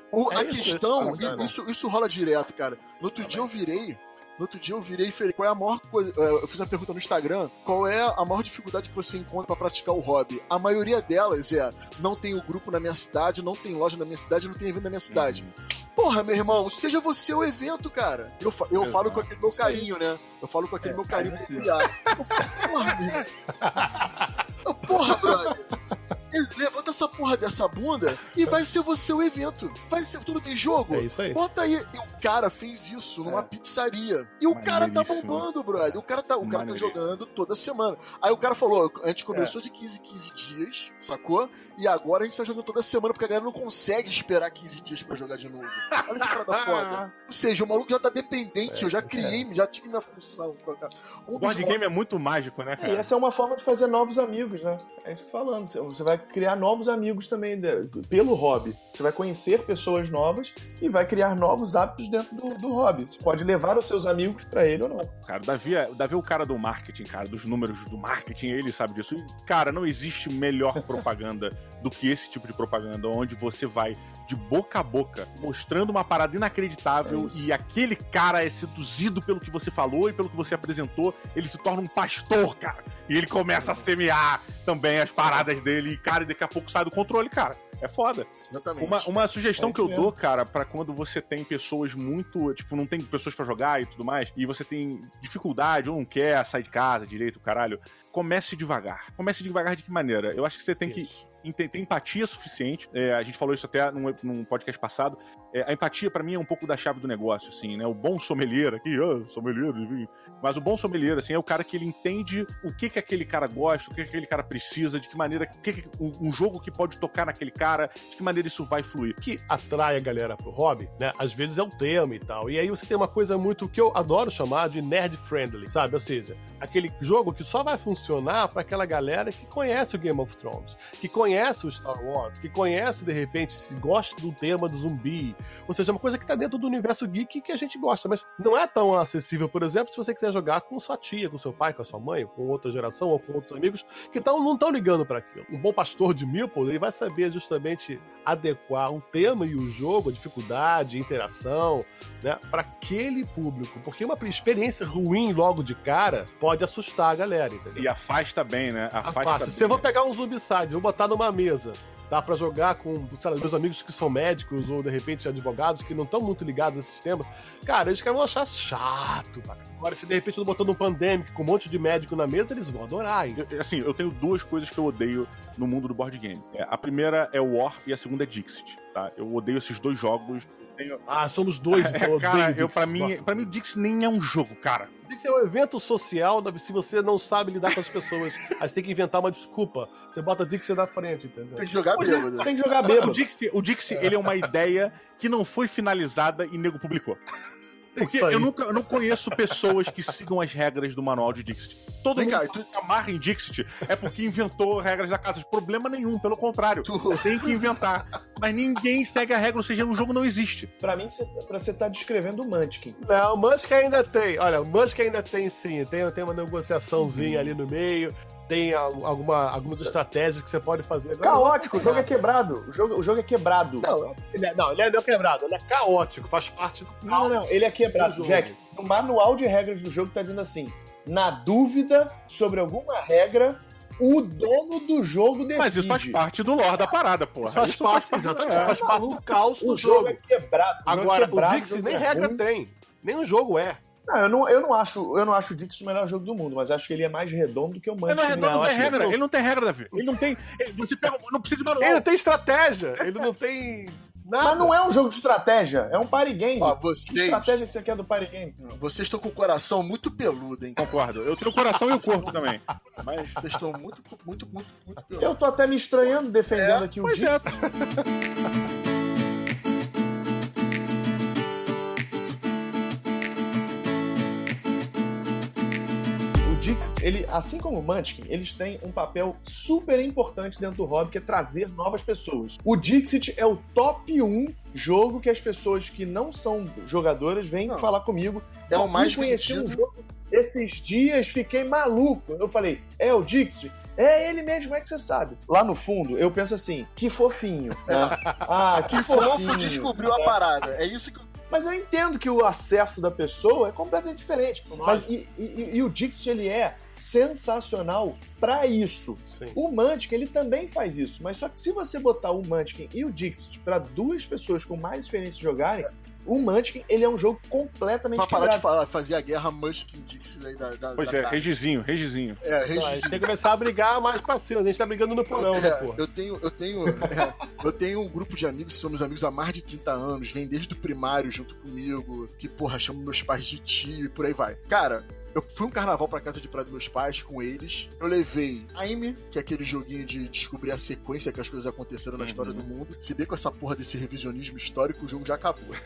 isso rola direto, cara. No outro dia eu virei e falei, qual é a maior coisa... Eu fiz uma pergunta no Instagram, qual é a maior dificuldade que você encontra pra praticar o hobby? A maioria delas não tem o grupo na minha cidade, não tem loja na minha cidade, não tem evento na minha cidade. Porra, meu irmão, seja você o evento, cara. Eu falo com aquele meu carinho, né? Eu falo com aquele meu carinho peculiar. Porra, meu irmão. Porra, brother. Levanta essa porra dessa bunda e vai ser você o evento. Vai ser, tu não tem jogo? É isso aí. Bota aí. E o cara fez isso numa pizzaria. E o cara tá bombando, brother. O cara tá jogando toda semana. Aí o cara falou, a gente começou de 15 dias, sacou? E agora a gente tá jogando toda semana porque a galera não consegue esperar 15 dias pra jogar de novo. Olha que parada foda. Ou seja, o maluco já tá dependente. Eu já criei, já tive minha função. O board game é muito mágico, né, cara? E essa é uma forma de fazer novos amigos, né? É isso que eu tô falando. Você vai criar novos amigos também pelo hobby. Você vai conhecer pessoas novas e vai criar novos hábitos dentro do hobby. Você pode levar os seus amigos pra ele ou não. Cara, o Davi é o cara do marketing, cara, dos números do marketing, ele sabe disso. E, cara, não existe melhor propaganda do que esse tipo de propaganda, onde você vai de boca a boca, mostrando uma parada inacreditável e aquele cara é seduzido pelo que você falou e pelo que você apresentou, ele se torna um pastor, cara. E ele começa a semear também as paradas dele e, cara, daqui a pouco sai do controle, cara. É foda. Exatamente. Uma sugestão que eu dou, cara, pra quando você tem pessoas muito... Tipo, não tem pessoas pra jogar e tudo mais, e você tem dificuldade ou não quer sair de casa direito, caralho, comece devagar. Comece devagar de que maneira? Eu acho que você tem que ter empatia suficiente. A gente falou isso até num podcast passado. A empatia, pra mim, é um pouco da chave do negócio, assim, né? O bom sommelier aqui, sommelier de vinho. Mas o bom sommelier, assim, é o cara que ele entende o que aquele cara gosta, o que aquele cara precisa, de que maneira, um jogo que pode tocar naquele cara, de que maneira isso vai fluir. O que atrai a galera pro hobby, né? Às vezes é o tema e tal. E aí você tem uma coisa muito que eu adoro chamar de nerd-friendly, sabe? Ou seja, aquele jogo que só vai funcionar pra aquela galera que conhece o Game of Thrones, que conhece o Star Wars, que conhece, de repente, se gosta do tema do zumbi. Ou seja, uma coisa que tá dentro do universo geek que a gente gosta, mas não é tão acessível, por exemplo, se você quiser jogar com sua tia, com seu pai, com a sua mãe, com outra geração ou com outros amigos que não estão ligando para aquilo. Um bom pastor de Meeple, ele vai saber justamente adequar o tema e o jogo, a dificuldade, a interação, né, para aquele público. Porque uma experiência ruim logo de cara pode assustar a galera, entendeu? E afasta bem, né? Afasta Se eu vou pegar um Zombicide, vou botar numa mesa, dá pra jogar com, sei lá, meus amigos que são médicos ou, de repente, advogados que não estão muito ligados a esses temas, cara, eles vão achar chato. Cara. Agora, se de repente eu tô botando um Pandemic com um monte de médico na mesa, eles vão adorar. Eu tenho duas coisas que eu odeio no mundo do board game. A primeira é War e a segunda é Dixit, tá? Eu odeio esses dois jogos. Somos dois, então eu cara, odeio pra mim o Dixit nem é um jogo, cara. Dixit é um evento social, se você não sabe lidar com as pessoas, aí você tem que inventar uma desculpa. Você bota Dixit na frente, entendeu? Tem que jogar bêbado. Tem que jogar bêbado. O Dixit, ele é uma ideia que não foi finalizada e nego publicou. Porque eu não conheço pessoas que sigam as regras do manual de Dixit. Todo mundo que se amarra em Dixit é porque inventou regras da casa. Problema nenhum, pelo contrário. Tem que inventar. Mas ninguém segue a regra, ou seja, um jogo não existe. Pra mim, você tá descrevendo o Munchkin. Não, o Munchkin ainda tem. Olha, o Munchkin ainda tem sim. Tem uma negociaçãozinha ali no meio. Tem algumas estratégias que você pode fazer. Agora, caótico, o jogo é quebrado. O jogo é quebrado. Ele não é quebrado, ele é caótico, faz parte do caos. Não, ele é quebrado. Jack, no manual de regras do jogo tá dizendo assim: na dúvida sobre alguma regra, o dono do jogo decide. Mas isso faz parte do lore da parada, porra. Isso faz parte do caos do jogo. O jogo é quebrado. Agora, o Dixit nem regra tem. Nem o jogo é. Não, eu não acho o Dixit o melhor jogo do mundo, mas acho que ele é mais redondo do que o Munchkin. Ele não tem regra, Davi. Ele não tem. Você pega. Não precisa de manual. Ele não tem estratégia. Ele não tem. Nada. Mas não é um jogo de estratégia, é um party game. Que estratégia que você quer do party game? Vocês estão com o coração muito peludo, hein? Concordo. Eu tenho o coração e o corpo também. Mas vocês estão muito peludo. Eu tô até me estranhando defendendo aqui o Dixit. Ele, assim como o Munchkin, eles têm um papel super importante dentro do hobby, que é trazer novas pessoas. O Dixit é o top 1 jogo que as pessoas que não são jogadoras vêm falar comigo. É o mais conheci um jogo esses dias, fiquei maluco. Eu falei, é o Dixit? É ele mesmo, como é que você sabe? Lá no fundo, eu penso assim, que fofinho. Né? Que fofinho. Descobriu a parada. É isso que Mas eu entendo que o acesso da pessoa é completamente diferente. Mas e o Dixit, ele é sensacional pra isso. Sim. O Munchkin, ele também faz isso. Mas só que se você botar o Munchkin e o Dixit pra duas pessoas com mais experiência jogarem, o Munchkin, ele é um jogo completamente quebrado. Pra parar de fazer a guerra Munchkin-Dixit aí Pois é, Regizinho. É, Regizinho. A gente tem que começar a brigar mais pra cima. A gente tá brigando no porão, né, porra? Eu tenho um grupo de amigos que somos amigos há mais de 30 anos, vem desde o primário junto comigo, que, porra, chamam meus pais de tio e por aí vai. Cara, eu fui um carnaval pra casa de praia dos meus pais com eles. Eu levei Time, que é aquele joguinho de descobrir a sequência que as coisas aconteceram na história do mundo. Se bem com essa porra desse revisionismo histórico, o jogo já acabou.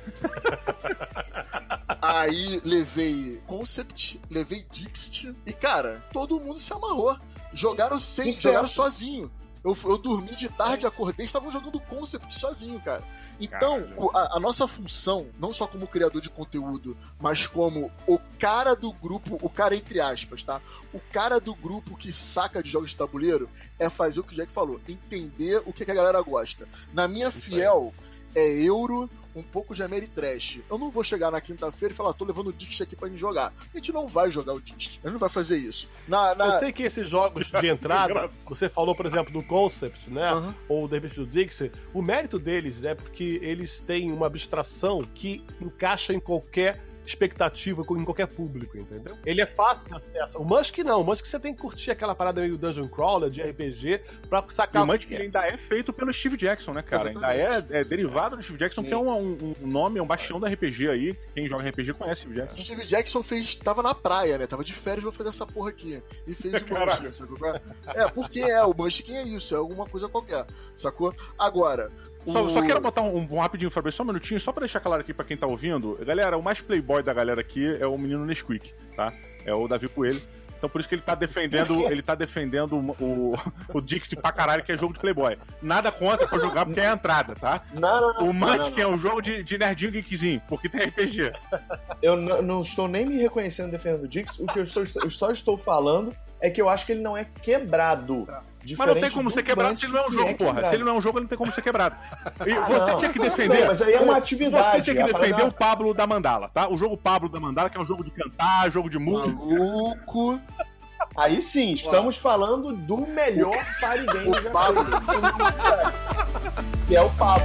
Aí levei Concept, levei Dixit. E, cara, todo mundo se amarrou. Jogaram sozinho. Eu dormi de tarde, acordei e estavam jogando Concept sozinho, cara. Então, a nossa função, não só como criador de conteúdo, mas como o cara do grupo, o cara entre aspas, tá? O cara do grupo que saca de jogos de tabuleiro é fazer o que o Jack falou, entender o que a galera gosta. Na minha fiel, é Euro, um pouco de Ameritrash. Eu não vou chegar na quinta-feira e falar, tô levando o Dixit aqui pra gente jogar. A gente não vai jogar o Dixit. A gente não vai fazer isso. Eu sei que esses jogos de entrada, você falou, por exemplo, do Concept, né? Ou, de repente, do Dixit. O mérito deles é porque eles têm uma abstração que encaixa em qualquer expectativa em qualquer público, entendeu? Ele é fácil de acesso. O Musk não. O Musk você tem que curtir aquela parada meio Dungeon Crawler, de RPG, pra sacar... E o Musk ainda é feito pelo Steve Jackson, né, cara? Exatamente. Ainda é derivado do Steve Jackson, que é um nome, é um bastião da RPG aí. Quem joga RPG conhece o Steve Jackson. O Steve Jackson tava na praia, né? Tava de férias, vou fazer essa porra aqui. E fez o Munchkin, sacou? Porque o Munchkin é isso, é alguma coisa qualquer, sacou? Agora... Só quero botar um rapidinho, Fabrício, só um minutinho, só pra deixar claro aqui pra quem tá ouvindo. Galera, o mais playboy da galera aqui é o menino Nesquik, tá? É o Davi Coelho. Então por isso que ele tá defendendo o Dixit pra caralho, que é jogo de playboy. Nada contra pra jogar porque é a entrada, tá? O Munchkin é um jogo de nerdinho geekzinho, porque tem RPG. Eu não estou nem me reconhecendo defendendo o Dixit. O que eu só estou falando é que eu acho que ele não é quebrado. Mas não tem como ser quebrado se ele não é um jogo, porra. Se ele não é um jogo, ele não tem como ser quebrado. E você tinha que defender. Mas aí é uma atividade. Você tinha que defender o Pablo da Mandala, tá? O jogo Pablo da Mandala, que é um jogo de cantar, jogo de música. Maluco. Aí sim, estamos falando do melhor party game o Pablo. Que é o Pablo.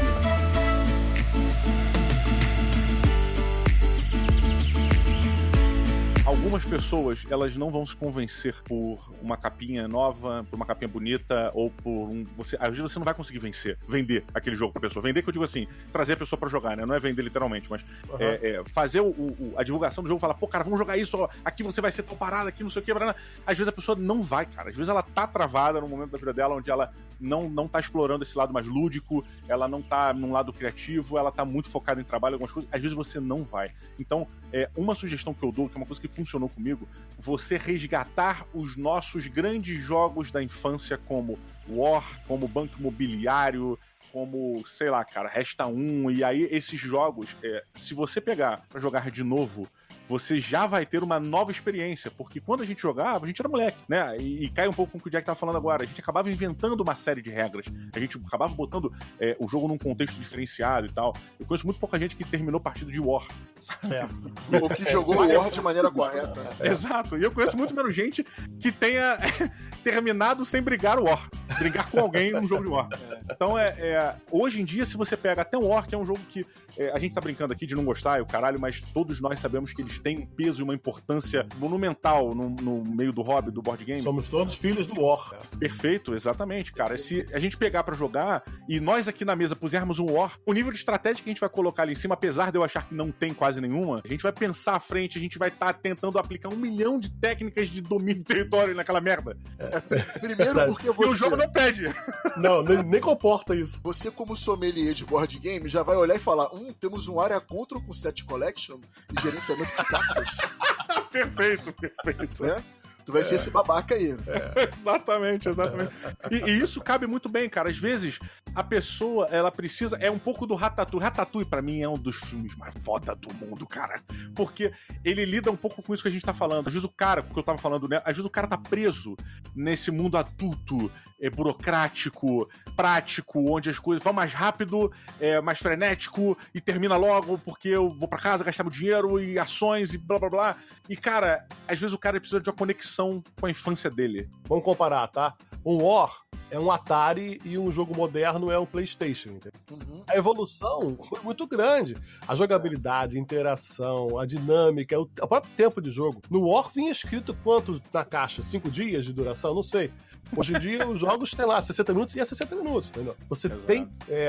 Algumas pessoas, elas não vão se convencer por uma capinha nova, por uma capinha bonita, ou por às vezes você não vai conseguir vender aquele jogo pra pessoa. Vender, que eu digo assim, trazer a pessoa pra jogar, né? Não é vender literalmente, mas fazer a divulgação do jogo, falar, pô, cara, vamos jogar isso, ó, aqui você vai ser tão parado, aqui não sei o que, às vezes a pessoa não vai, cara. Às vezes ela tá travada no momento da vida dela, onde ela não tá explorando esse lado mais lúdico, ela não tá num lado criativo, ela tá muito focada em trabalho, algumas coisas, às vezes você não vai. Então, uma sugestão que eu dou, que é uma coisa que funcionou comigo, você resgatar os nossos grandes jogos da infância, como War, como Banco Imobiliário, como, sei lá, cara, Resta 1, e aí esses jogos, se você pegar pra jogar de novo, você já vai ter uma nova experiência, porque quando a gente jogava, a gente era moleque, né? E cai um pouco com o que o Jack tava falando agora, a gente acabava inventando uma série de regras, a gente acabava botando o jogo num contexto diferenciado e tal. Eu conheço muito pouca gente que terminou partida de War, sabe? Ou que jogou o War de maneira correta. Exato, e eu conheço muito menos gente que tenha terminado sem brigar o War, brigar com alguém num jogo de War. Então, hoje em dia, se você pega até o War, que é um jogo que a gente tá brincando aqui de não gostar e o caralho, mas todos nós sabemos que eles têm um peso e uma importância monumental no meio do hobby, do board game. Somos todos filhos do War. Perfeito, exatamente, cara. Se a gente pegar pra jogar e nós aqui na mesa pusermos um War, o nível de estratégia que a gente vai colocar ali em cima, apesar de eu achar que não tem quase nenhuma, a gente vai pensar à frente, a gente vai estar tentando aplicar 1 milhão de técnicas de domínio do território naquela merda. Primeiro porque você... E o jogo não pede. Não, nem comporta isso. Você, como sommelier de board game, já vai olhar e falar, temos um Area Control com set collection e gerenciamento de cartas. Perfeito. Né? Tu vai ser esse babaca aí. Exatamente. E isso cabe muito bem, cara. Às vezes, a pessoa, ela precisa... É um pouco do Ratatouille. Ratatouille, pra mim, é um dos filmes mais foda do mundo, cara. Porque ele lida um pouco com isso que a gente tá falando. Às vezes o cara, com o que eu tava falando, né? Às vezes o cara tá preso nesse mundo adulto, burocrático, prático, onde as coisas vão mais rápido, mais frenético, e termina logo, porque eu vou pra casa gastar meu dinheiro, e ações, e blá, blá, blá. E, cara, às vezes o cara precisa de uma conexão com a infância dele. Vamos comparar, tá? Um War é um Atari e um jogo moderno é um PlayStation, entendeu? A evolução foi muito grande. A jogabilidade, a interação, a dinâmica, o próprio tempo de jogo. No War vinha escrito quanto na caixa? 5 dias de duração? Não sei. Hoje em dia, os jogos têm lá 60 minutos e é 60 minutos, entendeu? Você tem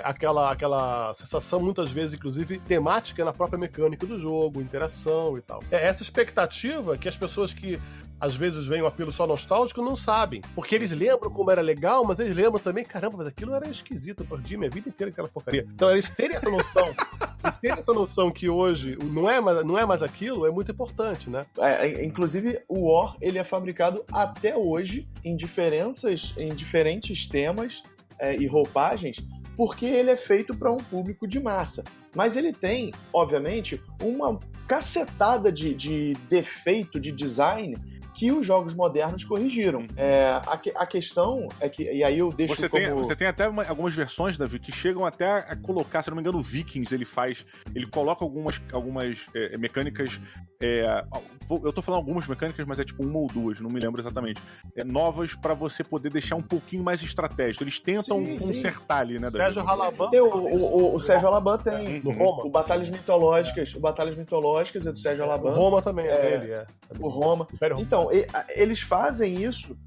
aquela sensação, muitas vezes, inclusive, temática na própria mecânica do jogo, interação e tal. É essa expectativa que as pessoas que às vezes vem um apelo só nostálgico, não sabem. Porque eles lembram como era legal, mas eles lembram também, caramba, mas aquilo era esquisito, eu perdi minha vida inteira aquela porcaria. Então eles terem essa noção, que hoje não é mais aquilo, é muito importante, né? Inclusive, o War, ele é fabricado até hoje em diferentes temas e roupagens, porque ele é feito para um público de massa. Mas ele tem, obviamente, uma cacetada de defeito de design que os jogos modernos corrigiram. A questão é que, e aí eu deixo Você tem até algumas versões, Davi, que chegam até a colocar, se não me engano, o Vikings ele coloca algumas mecânicas, eu tô falando algumas mecânicas, mas é tipo uma ou duas, não me lembro exatamente, novas pra você poder deixar um pouquinho mais estratégico. Eles tentam consertar ali, né, Davi? Sérgio Halaban. O Sérgio Halaban tem. No Roma. O Batalhas Mitológicas é do Sérgio Halaban. O Roma também é dele, O Roma. Então, eles fazem isso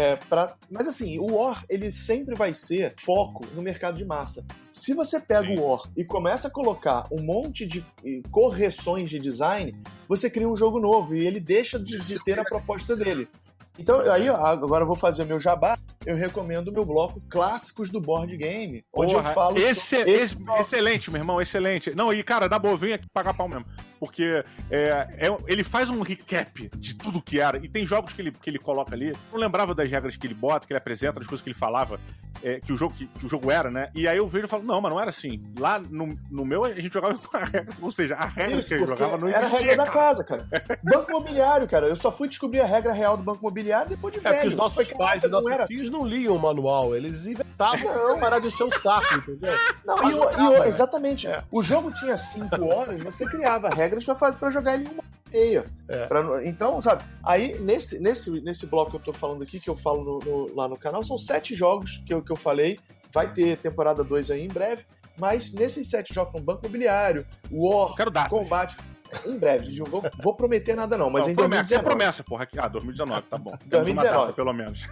mas assim, o War, ele sempre vai ser foco no mercado de massa. Se você pega o War e começa a colocar um monte de correções de design, você cria um jogo novo e ele deixa de ter a proposta dele. Então, aí, agora eu vou fazer o meu jabá. Eu recomendo o meu bloco Clássicos do Board Game, onde eu falo... Excelente, meu irmão, excelente. Não, e cara, dá boa, vem aqui pagar pau mesmo. Porque ele faz um recap de tudo que era. E tem jogos que ele coloca ali. Não lembrava das regras que ele bota, que ele apresenta, das coisas que ele falava, que o jogo era, né? E aí eu vejo e falo, não, mas não era assim. Lá no meu, a gente jogava com a regra. Ou seja, a regra que ele jogava não existia. Era a regra da casa, cara. Banco imobiliário, cara. Eu só fui descobrir a regra real do banco imobiliário depois de velho. Porque os nossos pais e nossos filhos não liam o manual. Eles inventavam pra parar de encher o saco, entendeu? Não, exatamente. O jogo tinha 5 horas, você criava regras pra jogar ele em uma meia. Então, sabe, aí nesse bloco que eu tô falando aqui, que eu falo lá no canal, são 7 jogos que eu falei. Vai ter temporada 2 aí em breve, mas nesses 7 jogos, Banco Imobiliário, War, Combate... Em breve, não vou prometer nada não, mas em 2019. É promessa, porra. 2019, tá bom. 2019. Uma data, pelo menos.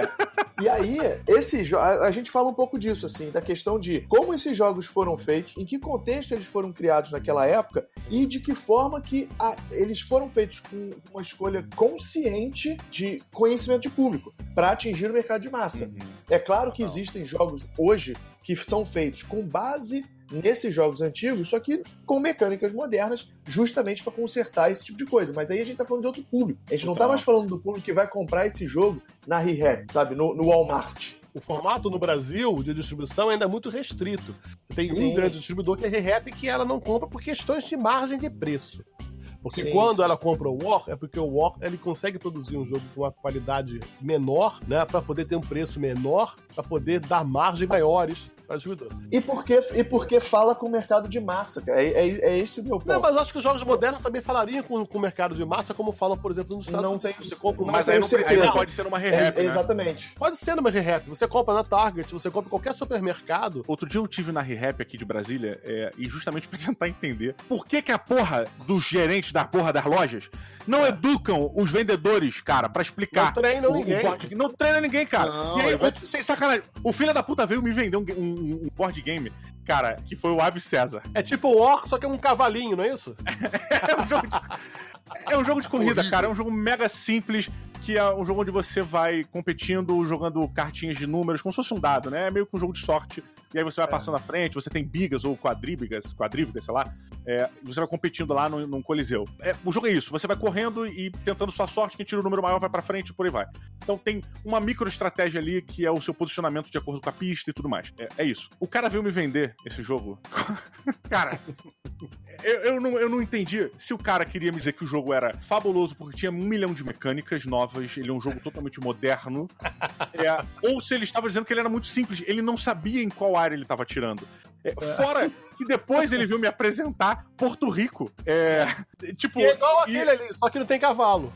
E aí, a gente fala um pouco disso, assim, da questão de como esses jogos foram feitos, em que contexto eles foram criados naquela época e de que forma que eles foram feitos com uma escolha consciente de conhecimento de público para atingir o mercado de massa. É claro que existem jogos hoje que são feitos com base nesses jogos antigos, só que com mecânicas modernas, justamente para consertar esse tipo de coisa. Mas aí a gente tá falando de outro público. A gente não tá mais falando do público que vai comprar esse jogo na ReHap, sabe? No Walmart. O formato no Brasil de distribuição ainda é muito restrito. Tem um grande distribuidor que é a ReHap, que ela não compra por questões de margem de preço. Porque quando ela compra o War, é porque o War ele consegue produzir um jogo com uma qualidade menor, né, para poder ter um preço menor, para poder dar margens maiores para o distribuidor. E porque fala com o mercado de massa, cara. É esse o meu ponto. Não, mas eu acho que os jogos modernos também falariam com o mercado de massa, como falam, por exemplo, nos Estados Unidos. Você compra mas aí não pode ser numa ReHap, né? Exatamente. Pode ser numa ReHap. Você compra na Target, você compra em qualquer supermercado. Outro dia eu tive na ReHap aqui de Brasília, e justamente pra tentar entender por que a porra dos gerentes da porra das lojas não educam os vendedores, cara, pra explicar. Não treinam ninguém. Não treina ninguém, cara. Não, e aí, sem sacanagem, o filho da puta veio me vender um board game, cara, que foi o Ave César. É tipo o War, só que é um cavalinho, não é isso? É um jogo de corrida, cara. É um jogo mega simples, que é um jogo onde você vai competindo, jogando cartinhas de números, como se fosse um dado, né? É meio que um jogo de sorte. E aí você vai passando à frente, você tem bigas ou quadrívigas, sei lá. Você vai competindo lá num coliseu. O jogo é isso, você vai correndo e tentando sua sorte, quem tira o número maior vai pra frente e por aí vai. Então tem uma microestratégia ali, que é o seu posicionamento de acordo com a pista e tudo mais. É isso. O cara veio me vender esse jogo. Cara, eu não entendi se o cara queria me dizer que o jogo era fabuloso porque tinha 1 milhão de mecânicas novas, ele é um jogo totalmente moderno, ou se ele estava dizendo que ele era muito simples, ele não sabia em qual área ele estava tirando. Fora que depois ele viu me apresentar Porto Rico. Tipo, é igual aquele ali, só que não tem cavalo.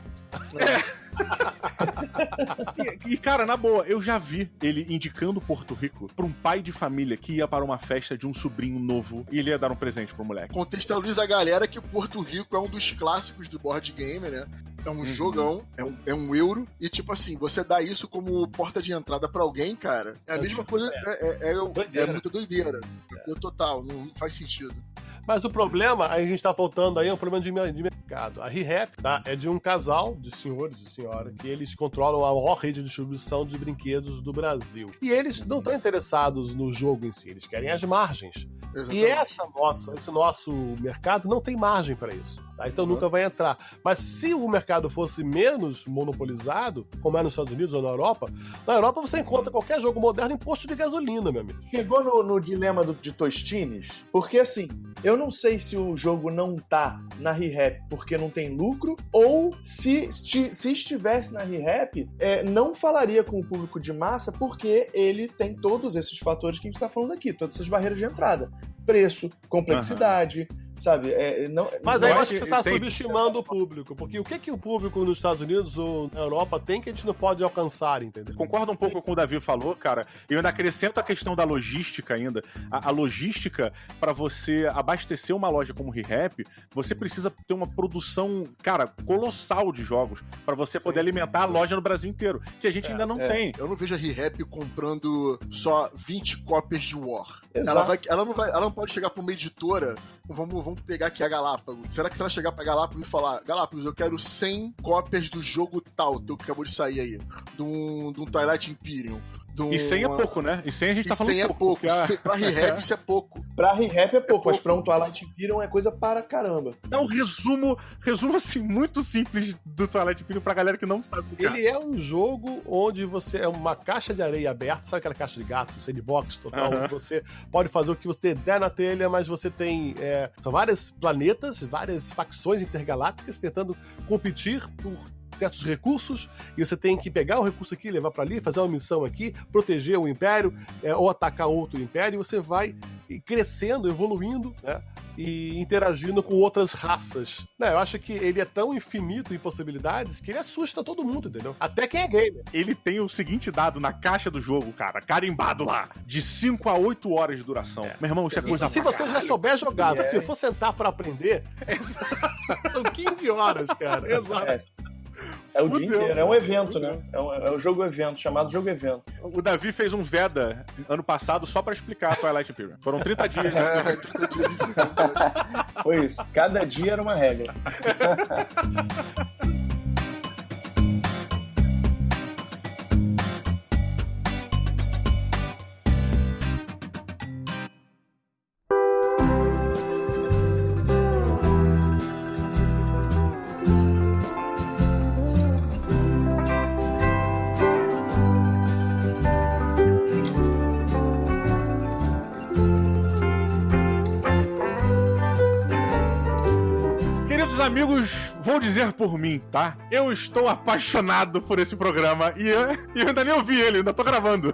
E, cara, na boa, eu já vi ele indicando Porto Rico pra um pai de família que ia para uma festa de um sobrinho novo e ele ia dar um presente pro moleque. Contextualiza a galera que Porto Rico é um dos clássicos do board game, né? É um jogão, é um euro, e tipo assim, você dá isso como porta de entrada pra alguém, cara, é a mesma coisa, é muita doideira. Total, não faz sentido. Mas o problema, a gente tá voltando aí, é um problema de mercado. A ReHap, tá, é de um casal de senhores e senhoras que eles controlam a maior rede de distribuição de brinquedos do Brasil. E eles não estão interessados no jogo em si, eles querem as margens. Exatamente. E esse nosso mercado não tem margem para isso. Tá? Então nunca vai entrar. Mas se o mercado fosse menos monopolizado, como é nos Estados Unidos ou na Europa você encontra qualquer jogo moderno em posto de gasolina, meu amigo. Chegou no dilema de Tostines, porque assim, eu não sei se o jogo não tá na ReHap porque não tem lucro, ou se estivesse na ReHap, não falaria com o público de massa porque ele tem todos esses fatores que a gente tá falando aqui, todas essas barreiras de entrada. Preço, complexidade, sabe? Mas aí eu acho que você está subestimando o público, porque o que o público nos Estados Unidos ou na Europa tem que a gente não pode alcançar, entendeu? Concordo um pouco com o que o Davi falou, cara. Eu ainda acrescento a questão da logística ainda. A logística, para você abastecer uma loja como ReHap, você precisa ter uma produção, cara, colossal de jogos para você poder alimentar a loja no Brasil inteiro, que a gente ainda não tem. Eu não vejo a ReHap comprando só 20 cópias de War. Exato. Ela não pode chegar pra uma editora. Vamos pegar aqui a Galápagos. Será que se ela chegar pra Galápagos e falar: Galápagos, eu quero 100 cópias do jogo tal, que acabou de sair aí, de um Twilight Imperium. E 100 é pouco, né? E 100 a gente tá falando 100 é pouco. Pra ReHap isso é pouco. Pra ReHap é pouco, mas pra um Twilight Imperium é coisa para caramba. É um resumo assim, muito simples do Twilight Imperium pra galera que não sabe o que Ele é um jogo onde você é uma caixa de areia aberta, sabe aquela caixa de gato, sandbox total, onde você pode fazer o que você der na telha, mas você tem... são vários planetas, várias facções intergalácticas tentando competir por certos recursos, e você tem que pegar o recurso aqui, levar pra ali, fazer uma missão aqui, proteger o Império, ou atacar outro Império, e você vai crescendo, evoluindo, né? E interagindo com outras raças. Eu acho que ele é tão infinito em possibilidades que ele assusta todo mundo, entendeu? Até quem é gamer. Ele tem o seguinte dado na caixa do jogo, cara, carimbado lá, de 5 a 8 horas de duração. Meu irmão, isso é coisa se você já souber jogar, se for sentar pra aprender, são 15 horas, cara. Exato. É o dia inteiro, é um evento, né? É um jogo-evento, chamado jogo-evento. O Davi fez um Veda ano passado só pra explicar Twilight Imperium. Foram 30 dias. 30 dias explicando. Foi isso. Cada dia era uma regra. Amigos, vou dizer por mim, tá? Eu estou apaixonado por esse programa e eu ainda nem ouvi ele, ainda tô gravando.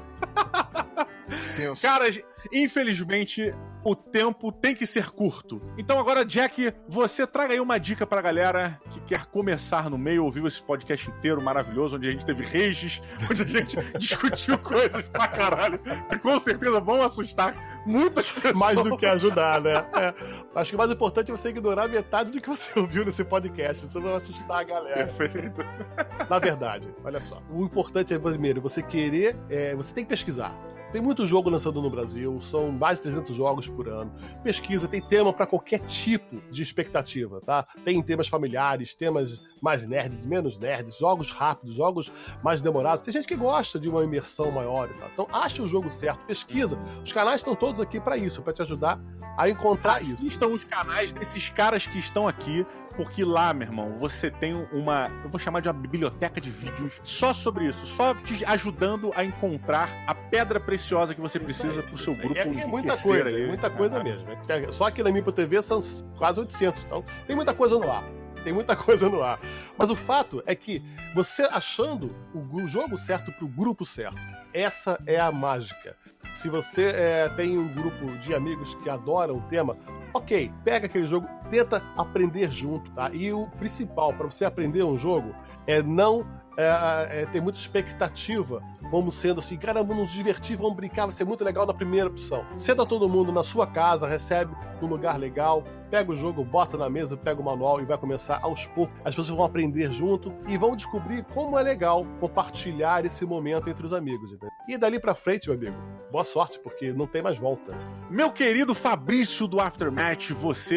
Deus. Cara, infelizmente, o tempo tem que ser curto. Então agora, Jack, você traga aí uma dica pra galera que quer começar no meio, ouviu esse podcast inteiro maravilhoso, onde a gente teve rages, onde a gente discutiu coisas pra caralho, que com certeza vão assustar muitas pessoas. Mais do que ajudar, né? Acho que o mais importante é você ignorar metade do que você ouviu nesse podcast, você não vai assustar a galera. Perfeito. Na verdade, olha só, o importante é, primeiro, você querer, você tem que pesquisar. Tem muito jogo lançado no Brasil, são mais de 300 jogos por ano. Pesquisa, tem tema para qualquer tipo de expectativa, tá? Tem temas familiares, temas mais nerds, menos nerds, jogos rápidos, jogos mais demorados. Tem gente que gosta de uma imersão maior e tal. Então, ache o jogo certo, pesquisa. Os canais estão todos aqui para isso, para te ajudar a encontrar isso. Assistam os canais desses caras que estão aqui, porque lá, meu irmão, você tem uma, eu vou chamar de uma biblioteca de vídeos só sobre isso, só te ajudando a encontrar a pedra preciosa que você precisa pro seu grupo. É muita coisa, muita coisa mesmo. Só aqui na Mipo TV são quase 800, então tem muita coisa no ar. Tem muita coisa no ar. Mas o fato é que você achando o jogo certo pro grupo certo, essa é a mágica. Se você tem um grupo de amigos que adoram o tema, ok, pega aquele jogo, tenta aprender junto, tá? E o principal para você aprender um jogo é não ter muita expectativa como sendo assim, caramba, nos divertir, vamos brincar, vai ser muito legal na primeira opção. Senta todo mundo na sua casa, recebe num lugar legal, pega o jogo, bota na mesa, pega o manual e vai começar aos poucos. As pessoas vão aprender junto e vão descobrir como é legal compartilhar esse momento entre os amigos, entendeu? E dali pra frente, meu amigo, boa sorte, porque não tem mais volta. Meu querido Fabrício do Aftermath,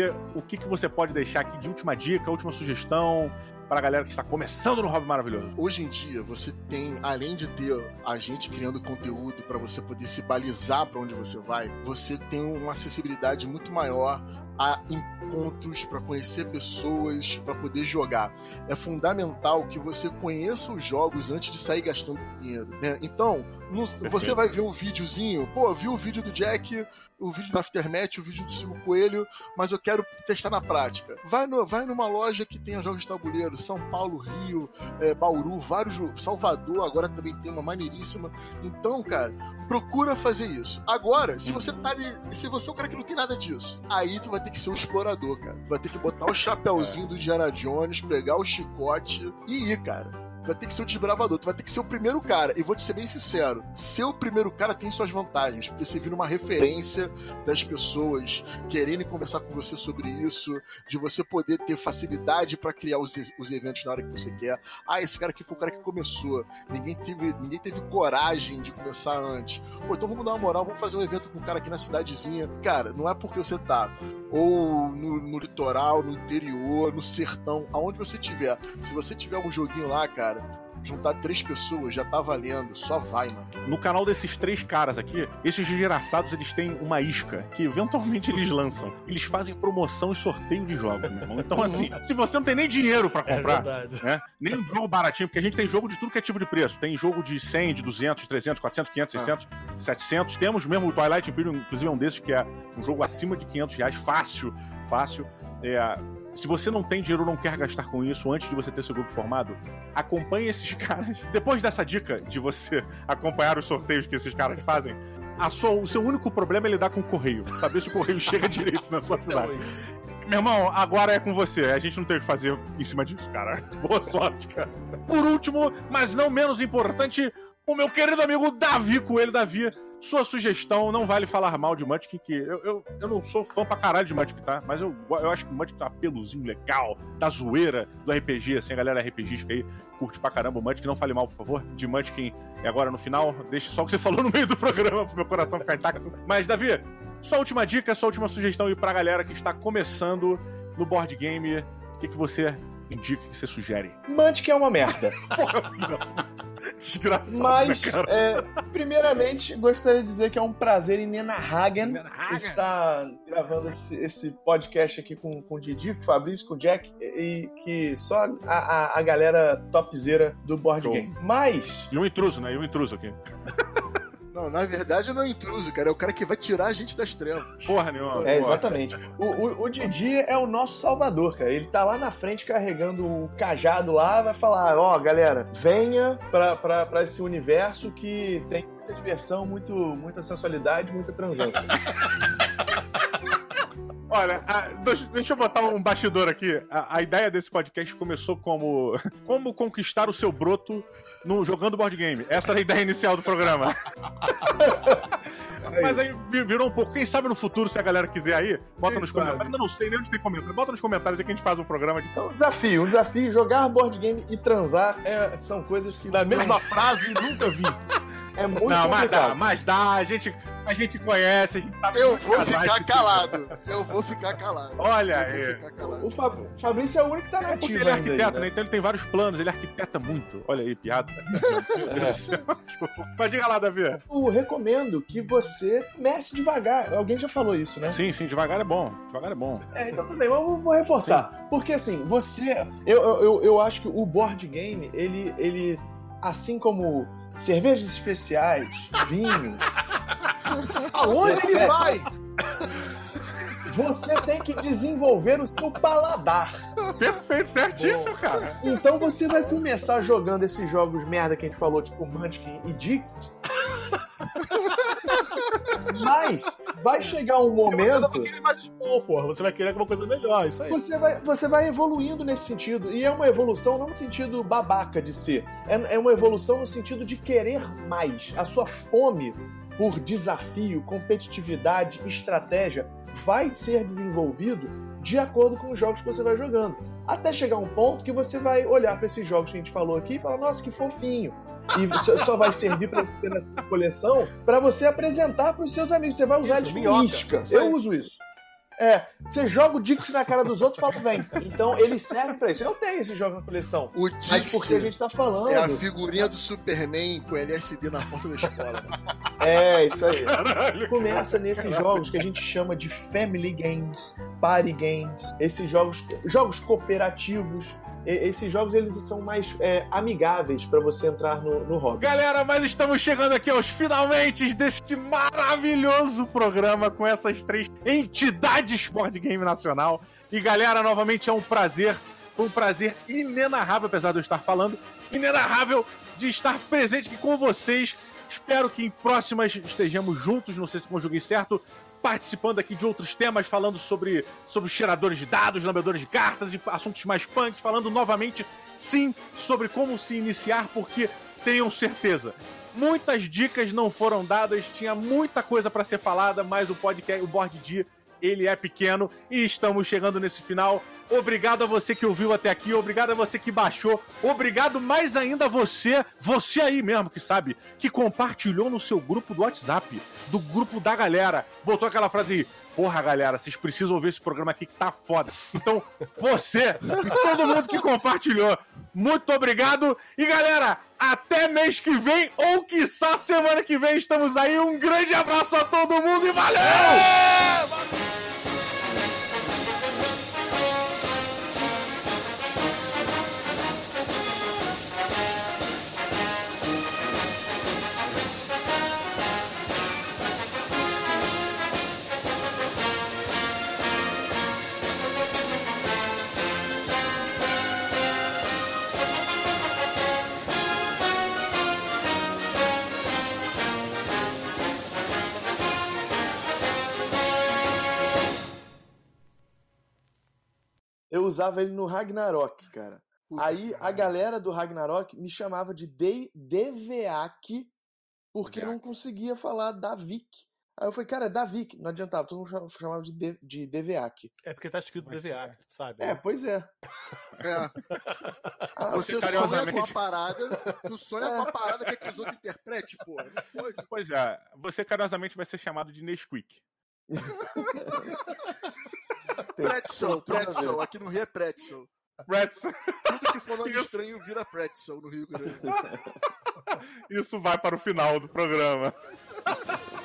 o que você pode deixar aqui de última dica, última sugestão para a galera que está começando no Hobby Maravilhoso? Hoje em dia, você tem, além de ter a gente criando conteúdo para você poder se balizar para onde você vai, você tem uma acessibilidade muito maior a encontros, para conhecer pessoas, para poder jogar. É fundamental que você conheça os jogos antes de sair gastando dinheiro, né? Então, você vai ver um videozinho, vi o vídeo do Jack, o vídeo do Aftermath, o vídeo do Silvio Coelho, mas eu quero testar na prática. Vai numa loja que tenha jogos de tabuleiro, São Paulo, Rio, Bauru, Salvador, agora também tem uma maneiríssima. Então, cara, procura fazer isso. Agora, se você é um cara que não tem nada disso, aí tu vai ter que ser um explorador, cara. Tu vai ter que botar o chapéuzinho do Indiana Jones, pegar o chicote e ir, cara. Tu vai ter que ser o desbravador, tu vai ter que ser o primeiro cara. E vou te ser bem sincero, ser o primeiro cara tem suas vantagens, porque você vira uma referência das pessoas querendo conversar com você sobre isso, de você poder ter facilidade pra criar os eventos na hora que você quer. Esse cara aqui foi o cara que começou, ninguém teve coragem de começar antes. Então vamos dar uma moral, vamos fazer um evento com um cara aqui na cidadezinha. Cara, não é porque você tá ou no litoral, no interior, no sertão, aonde você tiver. Se você tiver um joguinho lá, cara, juntar 3 pessoas já tá valendo, só vai, mano. No canal desses 3 caras aqui, esses desgraçados, eles têm uma isca que eventualmente eles lançam. Eles fazem promoção e sorteio de jogos, meu irmão. Então, assim, se você não tem nem dinheiro pra comprar, né, nem um jogo baratinho, porque a gente tem jogo de tudo que é tipo de preço. Tem jogo de 100, de 200, 300, 400, 500, 600, 700. Temos mesmo o Twilight Imperium, inclusive é um desses que é um jogo acima de R$500, fácil. Se você não tem dinheiro ou não quer gastar com isso antes de você ter seu grupo formado, acompanhe esses caras. Depois dessa dica de você acompanhar os sorteios que esses caras fazem, o seu único problema é lidar com o correio. Saber se o correio chega direito na sua cidade. Meu irmão, agora é com você. A gente não tem o que fazer em cima disso, cara. Boa sorte, cara. Por último, mas não menos importante, o meu querido amigo Davi Coelho. Davi, sua sugestão, não vale falar mal de Munchkin, que eu não sou fã pra caralho de Munchkin, tá? Mas eu acho que o Munchkin tem um apelozinho legal, da zoeira do RPG, assim, a galera RPGística aí curte pra caramba o Munchkin. Não fale mal, por favor, de Munchkin agora no final. Deixe só o que você falou no meio do programa pro meu coração ficar intacto. Mas, Davi, sua última dica, sua última sugestão aí pra galera que está começando no board game, o que você indica, que você sugere? Munchkin é uma merda. Porra, desgraçado, mas, né, cara? Primeiramente, gostaria de dizer que é um prazer inenarrável estar gravando esse podcast aqui com o Didi, com o Fabrício, com o Jack, e que só a galera topzera do board game. Mas... E um intruso, né? E um intruso aqui. Não, na verdade não é intruso, cara. É o cara que vai tirar a gente das trevas. Porra nenhuma. Exatamente. O Didi é o nosso salvador, cara. Ele tá lá na frente carregando o cajado lá, vai falar, galera, venha pra esse universo que tem muita diversão, muita sensualidade, muita transância. Olha, deixa eu botar um bastidor aqui. A ideia desse podcast começou como conquistar o seu broto jogando board game. Essa era a ideia inicial do programa. Mas aí virou um pouco. Quem sabe no futuro, se a galera quiser aí, bota nos comentários. Ainda não sei nem onde tem comentário. Bota nos comentários aí que a gente faz um programa de... Então, um desafio. Jogar board game e transar são coisas que... Na mesma frase, nunca vi. É muito complicado. Mas dá, a gente conhece, a gente tá... Eu vou ficar calado. Olha aí. O Fabrício é o único que tá na porque ele é arquiteto, né? Então ele tem vários planos, ele arquiteta muito. Olha aí, piada. Mas diga lá, Davi. Eu recomendo que você comece devagar. Alguém já falou isso, né? Sim, devagar é bom. Então tudo bem, mas eu vou reforçar. Sim. Porque assim, eu acho que o board game, ele assim como cervejas especiais, vinho... Aonde ele vai? Você tem que desenvolver o seu paladar. Perfeito, certíssimo, cara. Então você vai começar jogando esses jogos merda que a gente falou, tipo Munchkin e Dixit. Mas vai chegar um momento... Você não vai querer mais small, porra. Você vai querer alguma coisa melhor, isso aí. Você vai evoluindo nesse sentido. E é uma evolução não no sentido babaca de ser. É uma evolução no sentido de querer mais. A sua fome por desafio, competitividade, estratégia vai ser desenvolvido de acordo com os jogos que você vai jogando. Até chegar um ponto que você vai olhar para esses jogos que a gente falou aqui e falar, nossa, que fofinho. E só vai servir para ter na coleção para você apresentar para os seus amigos. Você vai usar eles como isca. Eu uso isso. Você joga o Dixie na cara dos outros e fala, vem. Então, ele serve pra isso. Eu tenho esse jogo na coleção. O Dixie, mas porque a gente tá falando. É a figurinha do Superman com LSD na porta da escola. Isso aí. Caralho, começa nesses jogos que a gente chama de family games, party games, esses jogos cooperativos. Esses jogos, eles são mais amigáveis pra você entrar no hobby. Galera, mas estamos chegando aqui aos finalmente deste maravilhoso programa com essas 3 entidades board game nacional. E galera, novamente é um prazer, foi um prazer inenarrável, apesar de eu estar falando, inenarrável de estar presente aqui com vocês. Espero que em próximas estejamos juntos, não sei se conjuguei certo, participando aqui de outros temas, falando sobre cheiradores de dados, lambedores de cartas e assuntos mais punks, falando novamente, sim, sobre como se iniciar, porque tenham certeza, muitas dicas não foram dadas, tinha muita coisa para ser falada, mas o podcast, o Board D, ele é pequeno e estamos chegando nesse final. Obrigado a você que ouviu até aqui, obrigado a você que baixou, obrigado mais ainda a você aí mesmo que sabe, que compartilhou no seu grupo do WhatsApp, do grupo da galera, botou aquela frase aí, porra galera, vocês precisam ouvir esse programa aqui que tá foda. Então, você e todo mundo que compartilhou, muito obrigado e galera, até mês que vem ou quiçá semana que vem estamos aí, um grande abraço a todo mundo e valeu! Eu usava ele no Ragnarok, cara. Aí a galera do Ragnarok me chamava de Deveak porque não conseguia falar Davik. Aí eu falei, cara, é Davik. Não adiantava, todo mundo chamava de Deveak. É porque tá escrito Deveak, sabe? Pois é. Você sonha com a parada, tu sonha com a parada que os outros interpretem, pô. Não foi. Pois é, você carinhosamente vai ser chamado de Nesquik. Pretzel, aqui no Rio é pretzel. Tudo que for nome estranho vira pretzel no Rio Grande. Isso vai para o final do programa.